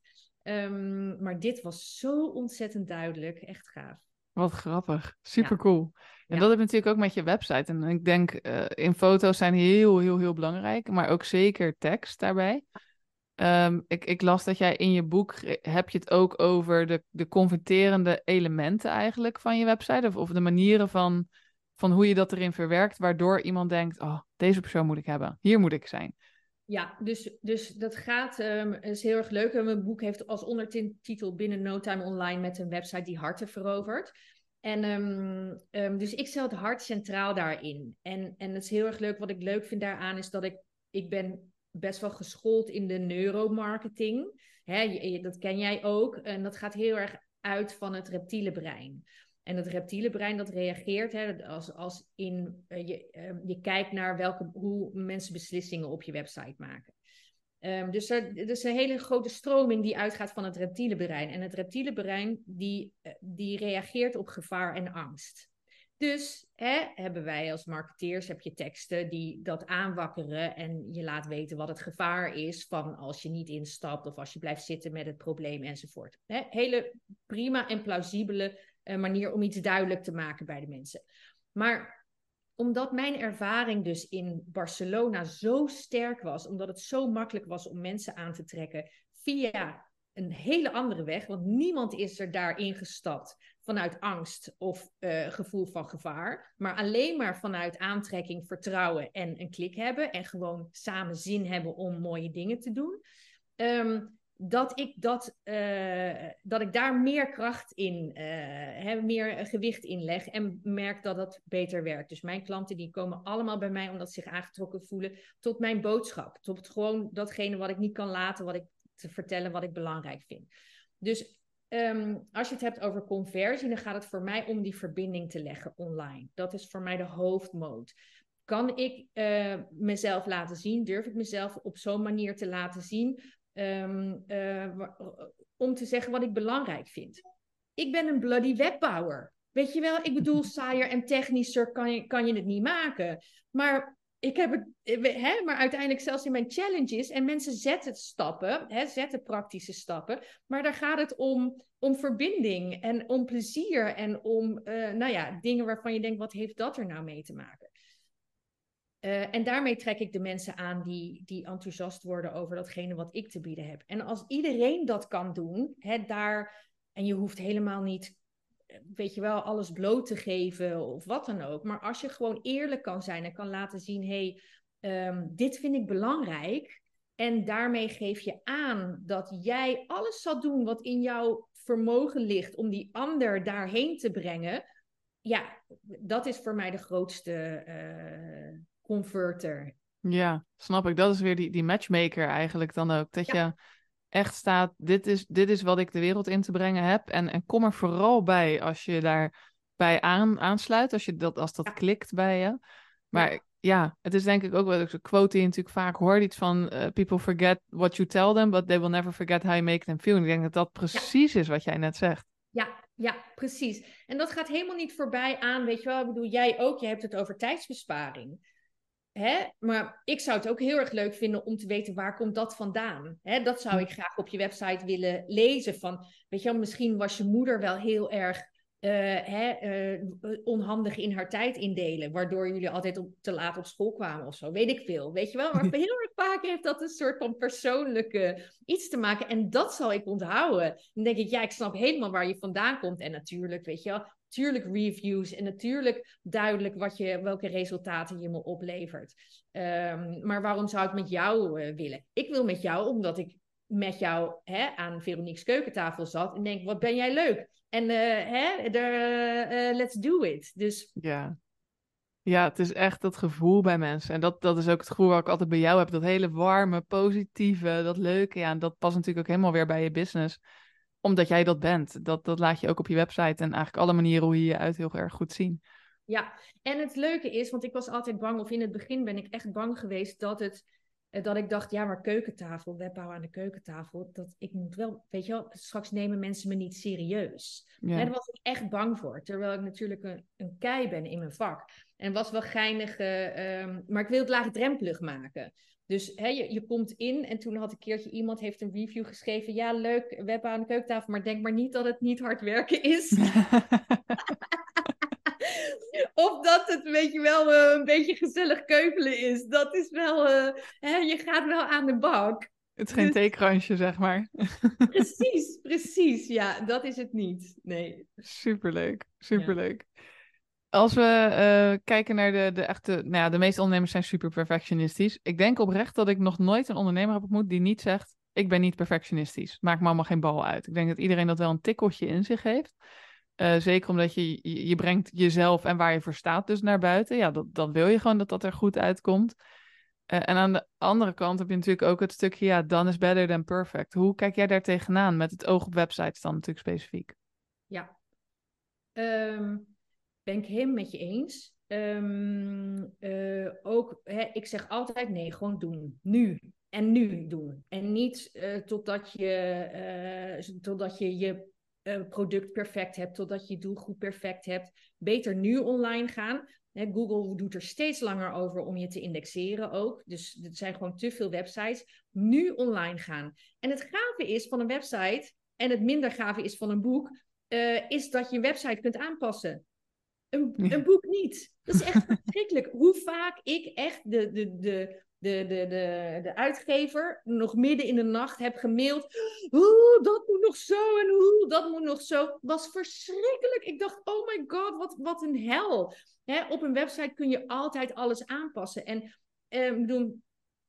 Um, maar dit was zo ontzettend duidelijk. Echt gaaf. Wat grappig. Super cool. Ja. En Ja. dat heb je natuurlijk ook met je website. En ik denk, uh, in foto's zijn heel, heel, heel belangrijk. Maar ook zeker tekst daarbij. Um, ik, ik las dat jij in je boek, heb je het ook over de, de converterende elementen eigenlijk van je website. Of, of de manieren van, van hoe je dat erin verwerkt. Waardoor iemand denkt, oh, deze persoon moet ik hebben. Hier moet ik zijn. Ja, dus, dus dat gaat, um, is heel erg leuk. En mijn boek heeft als ondertitel Binnen No Time Online met een website die harten verovert. En um, um, dus ik stel het hart centraal daarin. En, en het is heel erg leuk. Wat ik leuk vind daaraan is dat ik, ik ben best wel geschoold in de neuromarketing. Hè, je, dat ken jij ook. En dat gaat heel erg uit van het reptiele brein. En het reptiele brein dat reageert hè, als, als in uh, je, uh, je kijkt naar welke, hoe mensen beslissingen op je website maken. Um, dus er, er is een hele grote stroming die uitgaat van het reptiele brein. En het reptiele brein die, uh, die reageert op gevaar en angst. Dus hè, hebben wij als marketeers, heb je teksten die dat aanwakkeren en je laat weten wat het gevaar is van als je niet instapt of als je blijft zitten met het probleem enzovoort. Hè, hele prima en plausibele uh, manier om iets duidelijk te maken bij de mensen. Maar omdat mijn ervaring dus in Barcelona zo sterk was, omdat het zo makkelijk was om mensen aan te trekken via een hele andere weg, want niemand is er daarin gestapt vanuit angst of uh, gevoel van gevaar, maar alleen maar vanuit aantrekking, vertrouwen en een klik hebben en gewoon samen zin hebben om mooie dingen te doen. Um, dat ik, dat, uh, dat ik daar meer kracht in, uh, hè, meer gewicht in leg en merk dat dat beter werkt. Dus mijn klanten die komen allemaal bij mij omdat ze zich aangetrokken voelen tot mijn boodschap. Tot gewoon datgene wat ik niet kan laten, wat ik te vertellen, wat ik belangrijk vind. Dus um, als je het hebt over conversie, dan gaat het voor mij om die verbinding te leggen online. Dat is voor mij de hoofdmoot. Kan ik uh, mezelf laten zien? Durf ik mezelf op zo'n manier te laten zien? Um, uh, om te zeggen wat ik belangrijk vind. Ik ben een bloody webbouwer. Weet je wel, ik bedoel, saaier en technischer kan je, kan je het niet maken. Maar ik heb het, hè, maar uiteindelijk zelfs in mijn challenges, en mensen zetten stappen, hè, zetten praktische stappen, maar daar gaat het om, om verbinding en om plezier en om, uh, nou ja, dingen waarvan je denkt, wat heeft dat er nou mee te maken? Uh, en daarmee trek ik de mensen aan die, die enthousiast worden over datgene wat ik te bieden heb. En als iedereen dat kan doen, hè, daar, en je hoeft helemaal niet, weet je wel, alles bloot te geven of wat dan ook. Maar als je gewoon eerlijk kan zijn en kan laten zien, hé, hey, um, dit vind ik belangrijk. En daarmee geef je aan dat jij alles zal doen wat in jouw vermogen ligt om die ander daarheen te brengen. Ja, dat is voor mij de grootste uh, converter. Ja, snap ik. Dat is weer die, die matchmaker eigenlijk dan ook. Dat ja. je echt staat, dit is, dit is wat ik de wereld in te brengen heb. En, en kom er vooral bij als je daarbij aan, aansluit. Als, je dat, als dat ja. klikt bij je. Maar ja. ja, het is denk ik ook wel een quote die je natuurlijk vaak hoort. Iets van, uh, people forget what you tell them, but they will never forget how you make them feel. En ik denk dat dat precies ja. is wat jij net zegt. Ja, ja, precies. En dat gaat helemaal niet voorbij aan, weet je wel. Ik bedoel, jij ook, je hebt het over tijdsbesparing. Hè? Maar ik zou het ook heel erg leuk vinden om te weten, waar komt dat vandaan? Hè? Dat zou ik graag op je website willen lezen. Van, weet je wel, misschien was je moeder wel heel erg uh, hè, uh, onhandig in haar tijd indelen, waardoor jullie altijd op, te laat op school kwamen of zo. Weet ik veel, weet je wel. Maar heel erg vaak heeft dat een soort van persoonlijke iets te maken. En dat zal ik onthouden. Dan denk ik, ja, ik snap helemaal waar je vandaan komt. En natuurlijk, weet je wel, natuurlijk reviews en natuurlijk duidelijk wat je, welke resultaten je me oplevert. Um, maar waarom zou ik met jou uh, willen? Ik wil met jou omdat ik met jou hè, aan Veronique's keukentafel zat en denk, wat ben jij leuk? En uh, hè, de, uh, let's do it. Dus... Ja. Ja, het is echt dat gevoel bij mensen. En dat, dat is ook het gevoel wat ik altijd bij jou heb. Dat hele warme, positieve, dat leuke. Ja, en dat past natuurlijk ook helemaal weer bij je business. Omdat jij dat bent. Dat, dat laat je ook op je website. En eigenlijk alle manieren hoe je je uit heel erg goed zien. Ja, en het leuke is, want ik was altijd bang, of in het begin ben ik echt bang geweest dat het, dat ik dacht, ja, maar keukentafel, webbouwen aan de keukentafel, dat ik moet wel, weet je wel, straks nemen mensen me niet serieus. Ja. Daar was ik echt bang voor, terwijl ik natuurlijk een, een kei ben in mijn vak. En het was wel geinig, uh, um, maar ik wil het laagdrempelig maken. Dus hè, je, je komt in en toen had een keertje iemand heeft een review geschreven. Ja, leuk, webbouwen aan de keukentafel, maar denk maar niet dat het niet hard werken is. Of dat het, weet je wel, uh, een beetje gezellig keuvelen is. Dat is wel, uh, hè, je gaat wel aan de bak. Het is geen dus... theekransje, zeg maar. Precies, precies. Ja, dat is het niet. Nee. Superleuk, superleuk. Ja. Als we uh, kijken naar de, de echte... Nou ja, de meeste ondernemers zijn super perfectionistisch. Ik denk oprecht dat ik nog nooit een ondernemer heb ontmoet die niet zegt, ik ben niet perfectionistisch. Maakt me allemaal geen bal uit. Ik denk dat iedereen dat wel een tikkeltje in zich heeft. Uh, zeker omdat je, je, je brengt jezelf en waar je voor staat dus naar buiten. Ja, dat, dat wil je gewoon dat dat er goed uitkomt. Uh, en aan de andere kant heb je natuurlijk ook het stukje, ja, done is better than perfect. Hoe kijk jij daar tegenaan met het oog op websites dan natuurlijk specifiek? Ja, um, ben ik helemaal met je eens. Um, uh, ook, hè, ik zeg altijd nee, gewoon doen. Nu. En nu doen. En niet uh, totdat je uh, totdat je je Uh, product perfect hebt, totdat je doelgroep perfect hebt. Beter nu online gaan. Hè, Google doet er steeds langer over om je te indexeren ook. Dus er zijn gewoon te veel websites. Nu online gaan. En het gave is van een website, en het minder gave is van een boek, uh, is dat je een website kunt aanpassen. Een, ja. een boek niet. Dat is echt verschrikkelijk. Hoe vaak ik echt de... de, de De, de, de, de uitgever nog midden in de nacht heb gemaild. Oeh, dat moet nog zo en oeh, dat moet nog zo. Was verschrikkelijk. Ik dacht, oh my god, wat, wat een hel. Hè, op een website kun je altijd alles aanpassen. En eh, bedoel,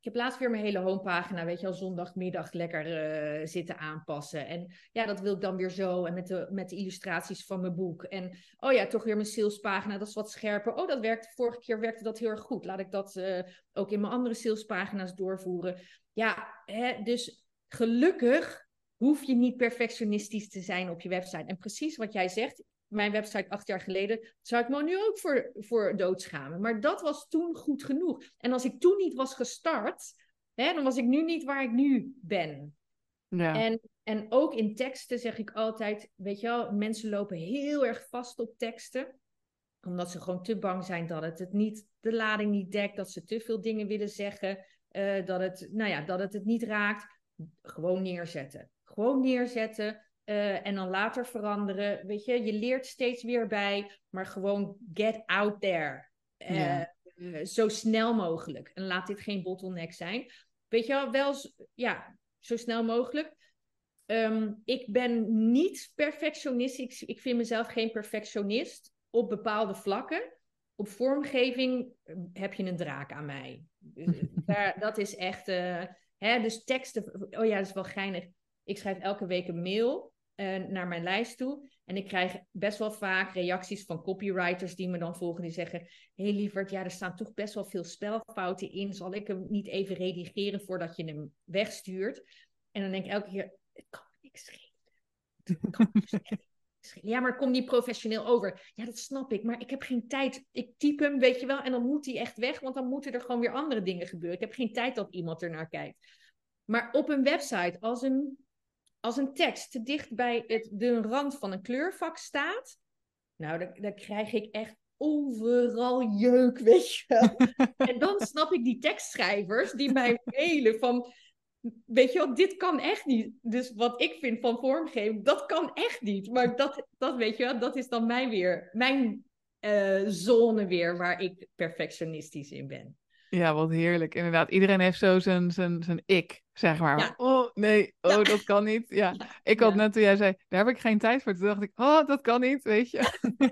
Ik heb laatst weer mijn hele homepagina, weet je al, zondagmiddag lekker uh, zitten aanpassen. En ja, dat wil ik dan weer zo. En met de, met de illustraties van mijn boek. En oh ja, toch weer mijn salespagina, dat is wat scherper. Oh, dat werkt, vorige keer werkte dat heel erg goed. Laat ik dat uh, ook in mijn andere salespagina's doorvoeren. Ja, hè, dus gelukkig hoef je niet perfectionistisch te zijn op je website. En precies wat jij zegt, mijn website acht jaar geleden, zou ik me nu ook voor, voor doodschamen. Maar dat was toen goed genoeg. En als ik toen niet was gestart, hè, dan was ik nu niet waar ik nu ben. Ja. En, en ook in teksten zeg ik altijd, weet je wel, mensen lopen heel erg vast op teksten. Omdat ze gewoon te bang zijn dat het, het niet, de lading niet dekt, dat ze te veel dingen willen zeggen, uh, dat, het, nou ja, dat het het niet raakt. Gewoon neerzetten. Gewoon neerzetten. Uh, en dan later veranderen. Weet je, je leert steeds weer bij. Maar gewoon get out there. Uh, Ja. uh, zo snel mogelijk. En laat dit geen bottleneck zijn. Weet je wel, wel ja, zo snel mogelijk. Um, ik ben niet perfectionist. Ik, ik vind mezelf geen perfectionist. Op bepaalde vlakken. Op vormgeving heb je een draak aan mij. Daar, dat is echt... Uh, hè, dus teksten... Oh ja, dat is wel geinig. Ik schrijf elke week een mail uh, naar mijn lijst toe. En ik krijg best wel vaak reacties van copywriters die me dan volgen. Die zeggen, hé hey, lieverd, ja, er staan toch best wel veel spelfouten in. Zal ik hem niet even redigeren voordat je hem wegstuurt? En dan denk ik elke keer, het kan me niks schelen. Het kan me schelen. Ja, maar kom niet professioneel over. Ja, dat snap ik, maar ik heb geen tijd. Ik type hem, weet je wel, en dan moet hij echt weg, want dan moeten er gewoon weer andere dingen gebeuren. Ik heb geen tijd dat iemand ernaar kijkt. Maar op een website, als een, als een tekst te dicht bij het, de rand van een kleurvak staat, nou, dan, dan krijg ik echt overal jeuk, weet je wel. En dan snap ik die tekstschrijvers die mij mailen van... Weet je wel, dit kan echt niet. Dus wat ik vind van vormgeving, dat kan echt niet. Maar dat, dat weet je wel, dat is dan mijn weer, mijn uh, zone weer waar ik perfectionistisch in ben. Ja, wat heerlijk. Inderdaad, iedereen heeft zo zijn, zijn, zijn ik, zeg maar. Ja. Oh, nee, oh, Ja. dat kan niet. Ja, Ja. ik had Ja. net toen jij zei, daar heb ik geen tijd voor. Toen dacht ik, oh, dat kan niet, weet je.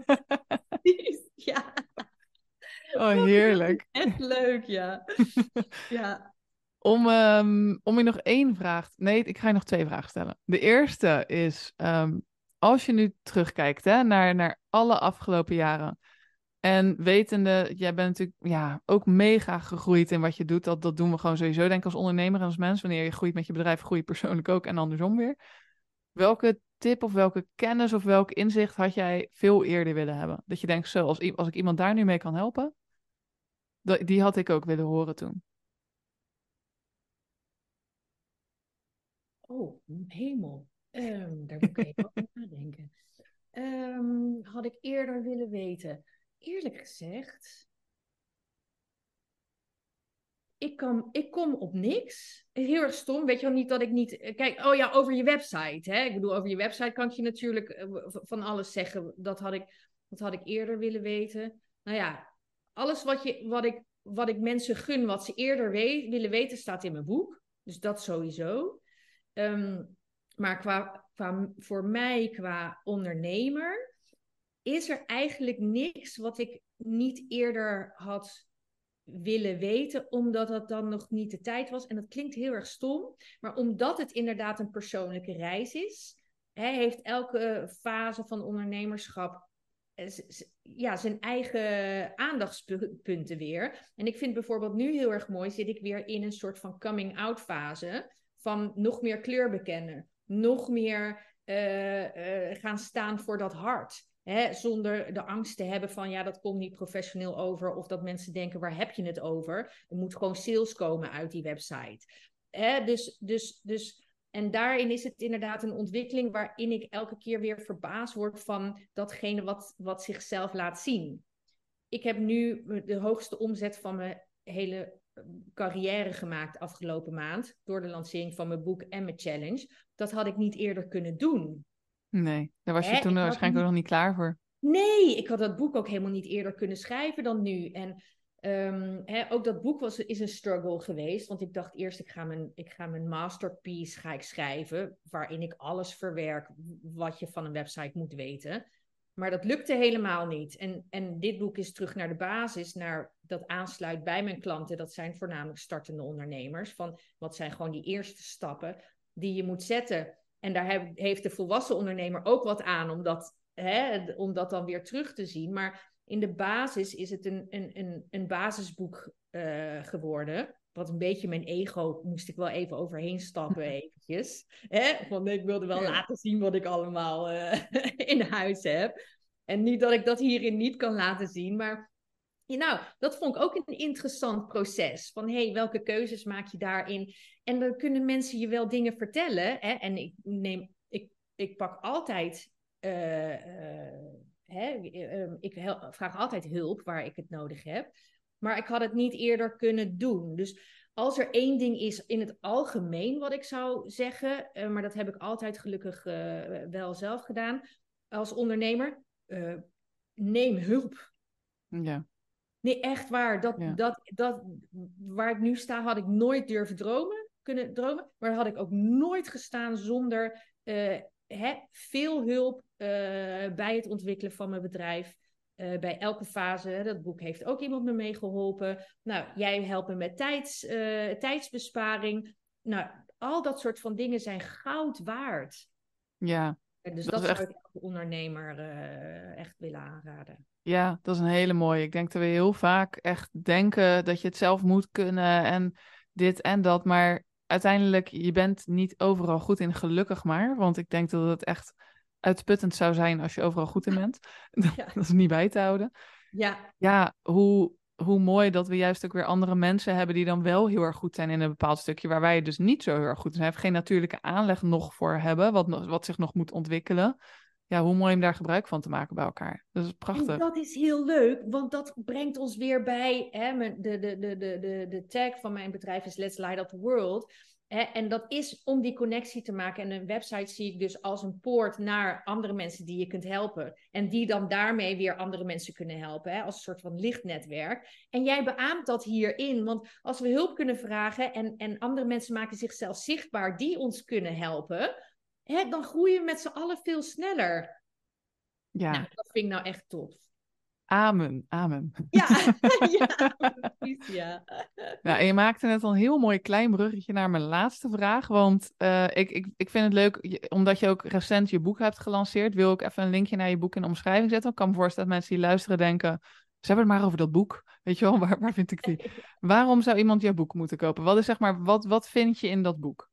Ja. Oh, heerlijk. Echt leuk, ja. Ja. Om, um, om je nog één vraag... Nee, ik ga je nog twee vragen stellen. De eerste is, um, als je nu terugkijkt hè, naar, naar alle afgelopen jaren... En wetende, jij bent natuurlijk ja, ook mega gegroeid in wat je doet. Dat, dat doen we gewoon sowieso, denk ik, als ondernemer en als mens. Wanneer je groeit met je bedrijf, groei je persoonlijk ook en andersom weer. Welke tip of welke kennis of welk inzicht had jij veel eerder willen hebben? Dat je denkt, zo, als, als ik iemand daar nu mee kan helpen, dat, die had ik ook willen horen toen. Oh, hemel. Um, daar moet ik even over nadenken. Um, had ik eerder willen weten. Eerlijk gezegd... Ik, kan, ik kom op niks. Heel erg stom. Weet je wel niet dat ik niet... Kijk, oh ja, over je website. Hè? Ik bedoel, over je website kan ik je natuurlijk van alles zeggen. Dat had ik, dat had ik eerder willen weten. Nou ja, alles wat, je, wat, ik, wat ik mensen gun, wat ze eerder we- willen weten, staat in mijn boek. Dus dat sowieso. Um, maar qua, qua, voor mij, qua ondernemer, is er eigenlijk niks wat ik niet eerder had willen weten, omdat dat dan nog niet de tijd was. En dat klinkt heel erg stom, maar omdat het inderdaad een persoonlijke reis is, hè, heeft elke fase van ondernemerschap ja, zijn eigen aandachtspunten weer. En ik vind bijvoorbeeld nu heel erg mooi, zit ik weer in een soort van coming-out fase van nog meer kleur bekennen, nog meer uh, uh, gaan staan voor dat hart. Hè, zonder de angst te hebben van, ja, dat komt niet professioneel over. Of dat mensen denken, waar heb je het over? Er moet gewoon sales komen uit die website. Hè, dus, dus, dus, en daarin is het inderdaad een ontwikkeling waarin ik elke keer weer verbaasd word van datgene wat, wat zichzelf laat zien. Ik heb nu de hoogste omzet van mijn hele carrière gemaakt afgelopen maand. Door de lancering van mijn boek en mijn challenge. Dat had ik niet eerder kunnen doen. Nee, daar was je Hè, toen waarschijnlijk niet... ook nog niet klaar voor. Nee, ik had dat boek ook helemaal niet eerder kunnen schrijven dan nu. En um, hè, ook dat boek was, is een struggle geweest. Want ik dacht eerst, ik ga, mijn, ik ga mijn masterpiece ga ik schrijven. Waarin ik alles verwerk wat je van een website moet weten. Maar dat lukte helemaal niet. En, en dit boek is terug naar de basis. Naar dat aansluit bij mijn klanten, dat zijn voornamelijk startende ondernemers. Van wat zijn gewoon die eerste stappen die je moet zetten. En daar heb, heeft de volwassen ondernemer ook wat aan om dat, hè, om dat dan weer terug te zien. Maar in de basis is het een, een, een, een basisboek uh, geworden. Wat een beetje mijn ego, moest ik wel even overheen stappen eventjes. Hè? Want ik wilde wel ja. laten zien wat ik allemaal uh, in huis heb. En niet dat ik dat hierin niet kan laten zien, maar ja, nou, dat vond ik ook een interessant proces. Van, hé, hey, welke keuzes maak je daarin? En dan kunnen mensen je wel dingen vertellen. Hè? En ik, neem, ik, ik pak altijd... Uh, uh, hè? Uh, ik hel- vraag altijd hulp waar ik het nodig heb. Maar ik had het niet eerder kunnen doen. Dus als er één ding is in het algemeen wat ik zou zeggen... Uh, maar dat heb ik altijd gelukkig uh, wel zelf gedaan als ondernemer... Uh, neem hulp. Ja. Nee, echt waar. Dat, Ja. dat, dat, waar ik nu sta, had ik nooit durven dromen, kunnen dromen. Maar had ik ook nooit gestaan zonder uh, hè, veel hulp uh, bij het ontwikkelen van mijn bedrijf. Uh, bij elke fase. Dat boek heeft ook iemand me meegeholpen. Nou, jij helpt me met tijds, uh, tijdsbesparing. Nou, al dat soort van dingen zijn goud waard. Ja. Dus dat, dat zou echt... ik elke ondernemer uh, echt willen aanraden. Ja, dat is een hele mooie. Ik denk dat we heel vaak echt denken dat je het zelf moet kunnen en dit en dat. Maar uiteindelijk, je bent niet overal goed in, gelukkig maar. Want ik denk dat het echt uitputtend zou zijn als je overal goed in bent. Ja. Dat is niet bij te houden. Ja, ja hoe, hoe mooi dat we juist ook weer andere mensen hebben die dan wel heel erg goed zijn in een bepaald stukje waar wij dus niet zo heel erg goed zijn. Geen natuurlijke aanleg nog voor hebben, wat, wat zich nog moet ontwikkelen. Ja, hoe mooi om daar gebruik van te maken bij elkaar. Dat is prachtig. En dat is heel leuk, want dat brengt ons weer bij... Hè, de, de, de, de, de, de tag van mijn bedrijf is Let's Light Up the World. Hè, en dat is om die connectie te maken. En een website zie ik dus als een poort naar andere mensen die je kunt helpen. En die dan daarmee weer andere mensen kunnen helpen. Hè, als een soort van lichtnetwerk. En jij beaamt dat hierin. Want als we hulp kunnen vragen en, en andere mensen maken zichzelf zichtbaar die ons kunnen helpen... Hè, dan groeien we met z'n allen veel sneller. Ja. Nou, dat vind ik nou echt tof. Amen, amen. Ja, ja, precies, ja. Nou, en je maakte net al een heel mooi klein bruggetje naar mijn laatste vraag. Want uh, ik, ik, ik vind het leuk, je, omdat je ook recent je boek hebt gelanceerd, wil ik even een linkje naar je boek in de omschrijving zetten. Ik kan me voorstellen dat mensen die luisteren denken, ze hebben het maar over dat boek. Weet je wel, waar, waar vind ik die? Waarom zou iemand jouw boek moeten kopen? Wat is zeg maar, wat, wat vind je in dat boek?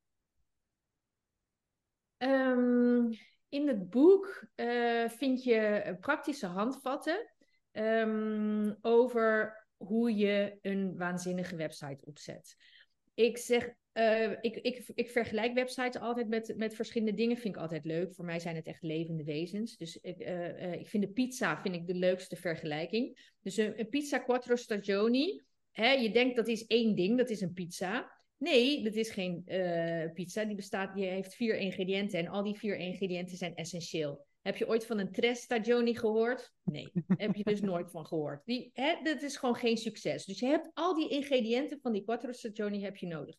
Um, in het boek uh, vind je praktische handvatten um, over hoe je een waanzinnige website opzet. Ik zeg, uh, ik, ik, ik vergelijk websites altijd met, met verschillende dingen, vind ik altijd leuk. Voor mij zijn het echt levende wezens. Dus ik, uh, uh, ik vind de pizza vind ik de leukste vergelijking. Dus een, een pizza quattro stagioni, hè, je denkt dat is één ding, dat is een pizza. Nee, dat is geen uh, pizza. Die bestaat, die heeft vier ingrediënten en al die vier ingrediënten zijn essentieel. Heb je ooit van een tre stagioni gehoord? Nee, heb je dus nooit van gehoord. Die, hè, dat is gewoon geen succes. Dus je hebt al die ingrediënten van die quattro stagioni heb je nodig.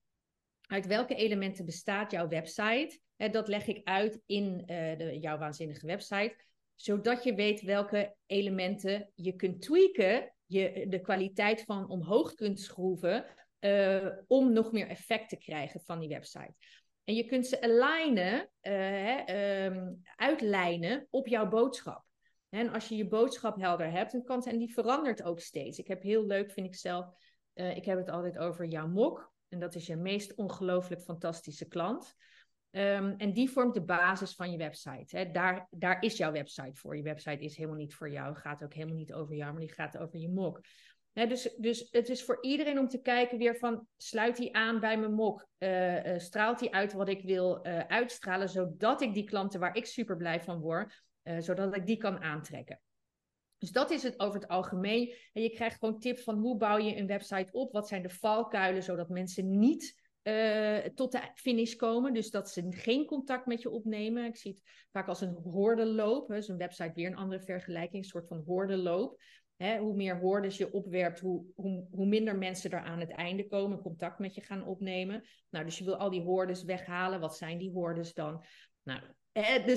Uit welke elementen bestaat jouw website? Hè, dat leg ik uit in uh, de, jouw waanzinnige website. Zodat je weet welke elementen je kunt tweaken. Je de kwaliteit van omhoog kunt schroeven. Uh, om nog meer effect te krijgen van die website. En je kunt ze alignen, uh, um, uitlijnen op jouw boodschap. En als je je boodschap helder hebt, dan kan, en die verandert ook steeds. Ik heb heel leuk, vind ik zelf, uh, ik heb het altijd over jouw mok. En dat is je meest ongelooflijk fantastische klant. Um, en die vormt de basis van je website. Hè. Daar, daar is jouw website voor. Je website is helemaal niet voor jou. Gaat ook helemaal niet over jou, maar die gaat over je mok. He, dus, dus het is voor iedereen om te kijken weer van, sluit die aan bij mijn mok? Uh, uh, straalt die uit wat ik wil uh, uitstralen, zodat ik die klanten waar ik super blij van word, uh, zodat ik die kan aantrekken. Dus dat is het over het algemeen. En je krijgt gewoon tips van hoe bouw je een website op? Wat zijn de valkuilen, zodat mensen niet uh, tot de finish komen. Dus dat ze geen contact met je opnemen. Ik zie het vaak als een hoordeloop. Dus een website weer een andere vergelijking, een soort van hoordeloop. Hè, hoe meer hordes je opwerpt, hoe, hoe, hoe minder mensen er aan het einde komen, contact met je gaan opnemen. Nou, dus je wil al die hordes weghalen. Wat zijn die hordes dan? Nou, eh, dus,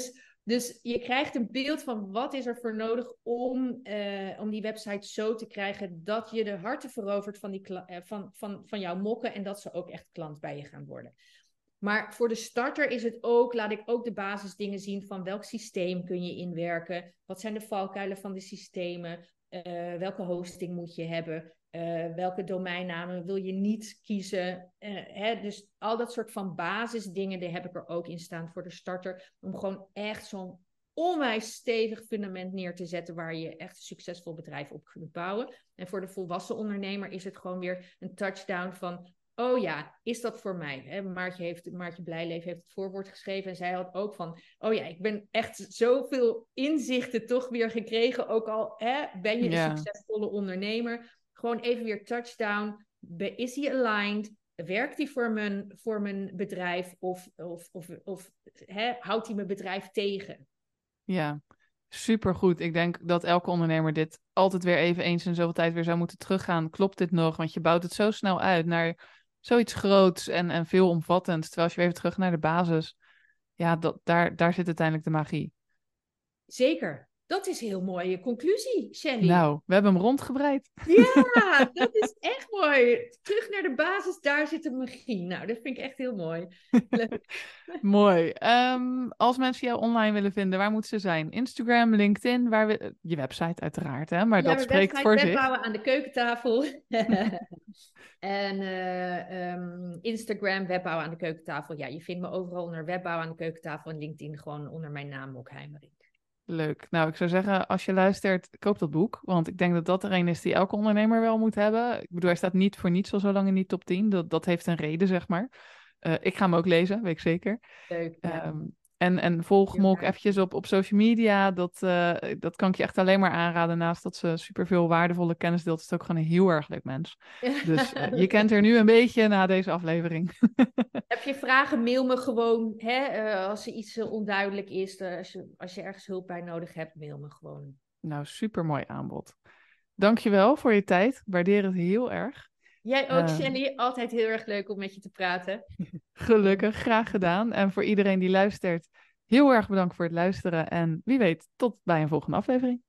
Dus je krijgt een beeld van wat is er voor nodig om, uh, om die website zo te krijgen dat je de harten verovert van, die kla- uh, van, van, van jouw mokken en dat ze ook echt klant bij je gaan worden. Maar voor de starter is het ook, laat ik ook de basisdingen zien van welk systeem kun je inwerken, wat zijn de valkuilen van de systemen, uh, welke hosting moet je hebben, uh, welke domeinnamen wil je niet kiezen. Uh, hè? Dus al dat soort van basisdingen, die heb ik er ook in staan voor de starter, om gewoon echt zo'n onwijs stevig fundament neer te zetten waar je echt een succesvol bedrijf op kunt bouwen. En voor de volwassen ondernemer is het gewoon weer een touchdown van, oh ja, is dat voor mij? Hè? Maartje, heeft, Maartje Blijleven heeft het voorwoord geschreven en zij had ook van, oh ja, ik ben echt zoveel inzichten toch weer gekregen, ook al hè, ben je een Ja. succesvolle ondernemer. Gewoon even weer touchdown. Is hij aligned? Werkt hij voor mijn, voor mijn bedrijf? Of, of, of, of hè, houdt hij mijn bedrijf tegen? Ja, supergoed. Ik denk dat elke ondernemer dit altijd weer even eens in zoveel tijd weer zou moeten teruggaan. Klopt dit nog? Want je bouwt het zo snel uit naar zoiets groots en, en veelomvattends. Terwijl als je weer even terug naar de basis, ja, dat, daar, daar zit uiteindelijk de magie. Zeker. Dat is een heel mooie conclusie, Shelly. Nou, we hebben hem rondgebreid. Ja, dat is echt mooi. Terug naar de basis, daar zit de magie. Nou, dat vind ik echt heel mooi. Leuk. Mooi. Um, als mensen jou online willen vinden, waar moeten ze zijn? Instagram, LinkedIn, waar we... je website uiteraard, hè? Maar Ja, dat spreekt voor zich. Webbouwen aan de keukentafel. En uh, um, Instagram, Webbouwen aan de keukentafel. Ja, je vindt me overal onder Webbouwen aan de keukentafel en LinkedIn gewoon onder mijn naam ook Heijmerink. Leuk. Nou, ik zou zeggen, als je luistert, koop dat boek. Want ik denk dat dat er een is die elke ondernemer wel moet hebben. Ik bedoel, hij staat niet voor niets al zo lang in die top tien. Dat, dat heeft een reden, zeg maar. Uh, ik ga hem ook lezen, weet ik zeker. Leuk, ja. Um, en, en volg me ook eventjes op, op social media. Dat, uh, dat kan ik je echt alleen maar aanraden. Naast dat ze superveel waardevolle kennis deelt, is het ook gewoon een heel erg leuk mens. Dus uh, je kent er nu een beetje na deze aflevering. Heb je vragen, mail me gewoon. Hè? Uh, als er iets uh, onduidelijk is, uh, als, je, als je ergens hulp bij nodig hebt, mail me gewoon. Nou, super mooi aanbod. Dankjewel voor je tijd. Ik waardeer het heel erg. Jij ook, uh, Shelly. Altijd heel erg leuk om met je te praten. Gelukkig, graag gedaan. En voor iedereen die luistert, heel erg bedankt voor het luisteren. En wie weet, tot bij een volgende aflevering.